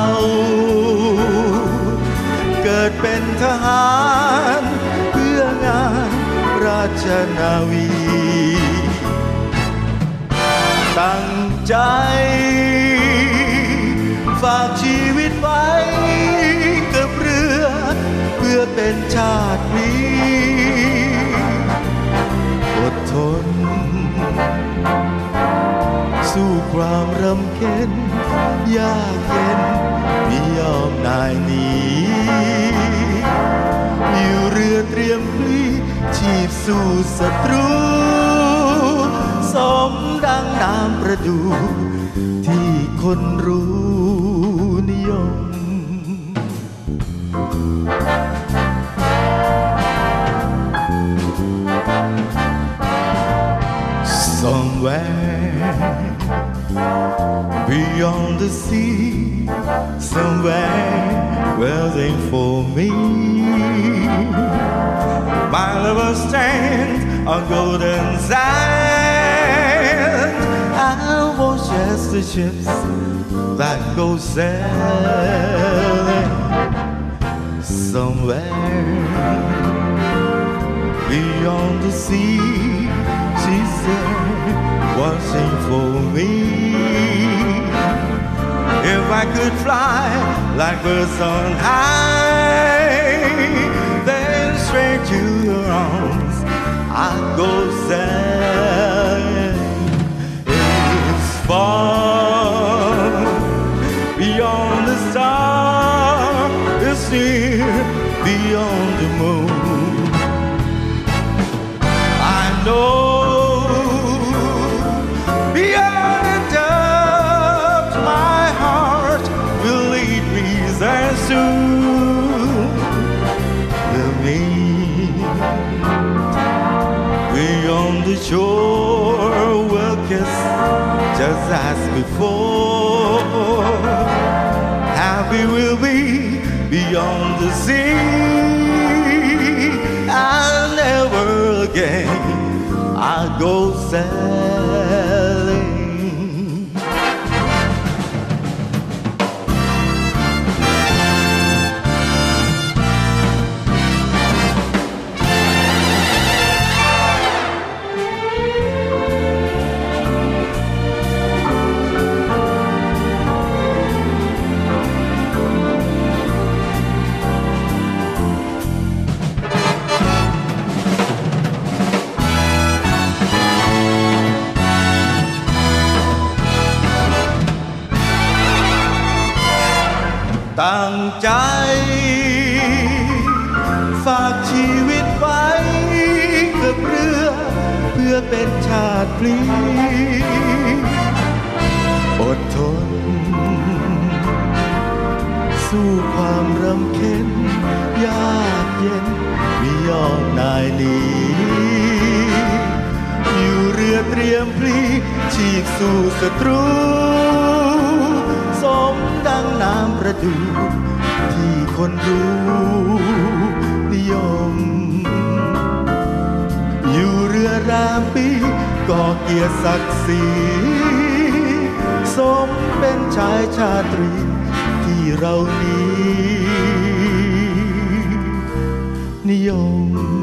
เกิดเป็นทหารเพื่องานราชนาวีตั้งใจฝากชีวิตไว้กับเรือเพื่อเป็นชาตินี้อดทนสู้ความรำเค็ญยากเย็นไม่ยอมนายหนีอยู่เรือเตรียมพลีชีพสู้ศัตรูสมดังน้ำประดู่ที่คนรู้นิยม Somewhere beyond the sea, somewhere waiting for me, my lover stands on golden sand. I watch as the ships that go sailing. Somewhere beyond the sea, she's there watching for me. If I could fly like birds on high, then straight to her arms I'd go sailing. It's far beyond the star, it's near beyond the moon. I know beyond the depths my heart will lead me there soon. We'll meet beyond the shore, we'll kiss just as before. the sea, and never again I'll go sailing.ตั้งใจฝากชีวิตไว้กับเรือเพื่อเป็นชาติพลีอดทนสู้ความรำเค็ญยากเย็นไม่ยอมนายหนีอยู่เรือเตรียมพลีฉีกสู่ศัตรูสมดังน้ำประดูที่คนรู้นิยมอยู่เรือรามปีก่อเกียรติศักดิ์ศรีสมเป็นชายชาตรีที่เรานี้นิยม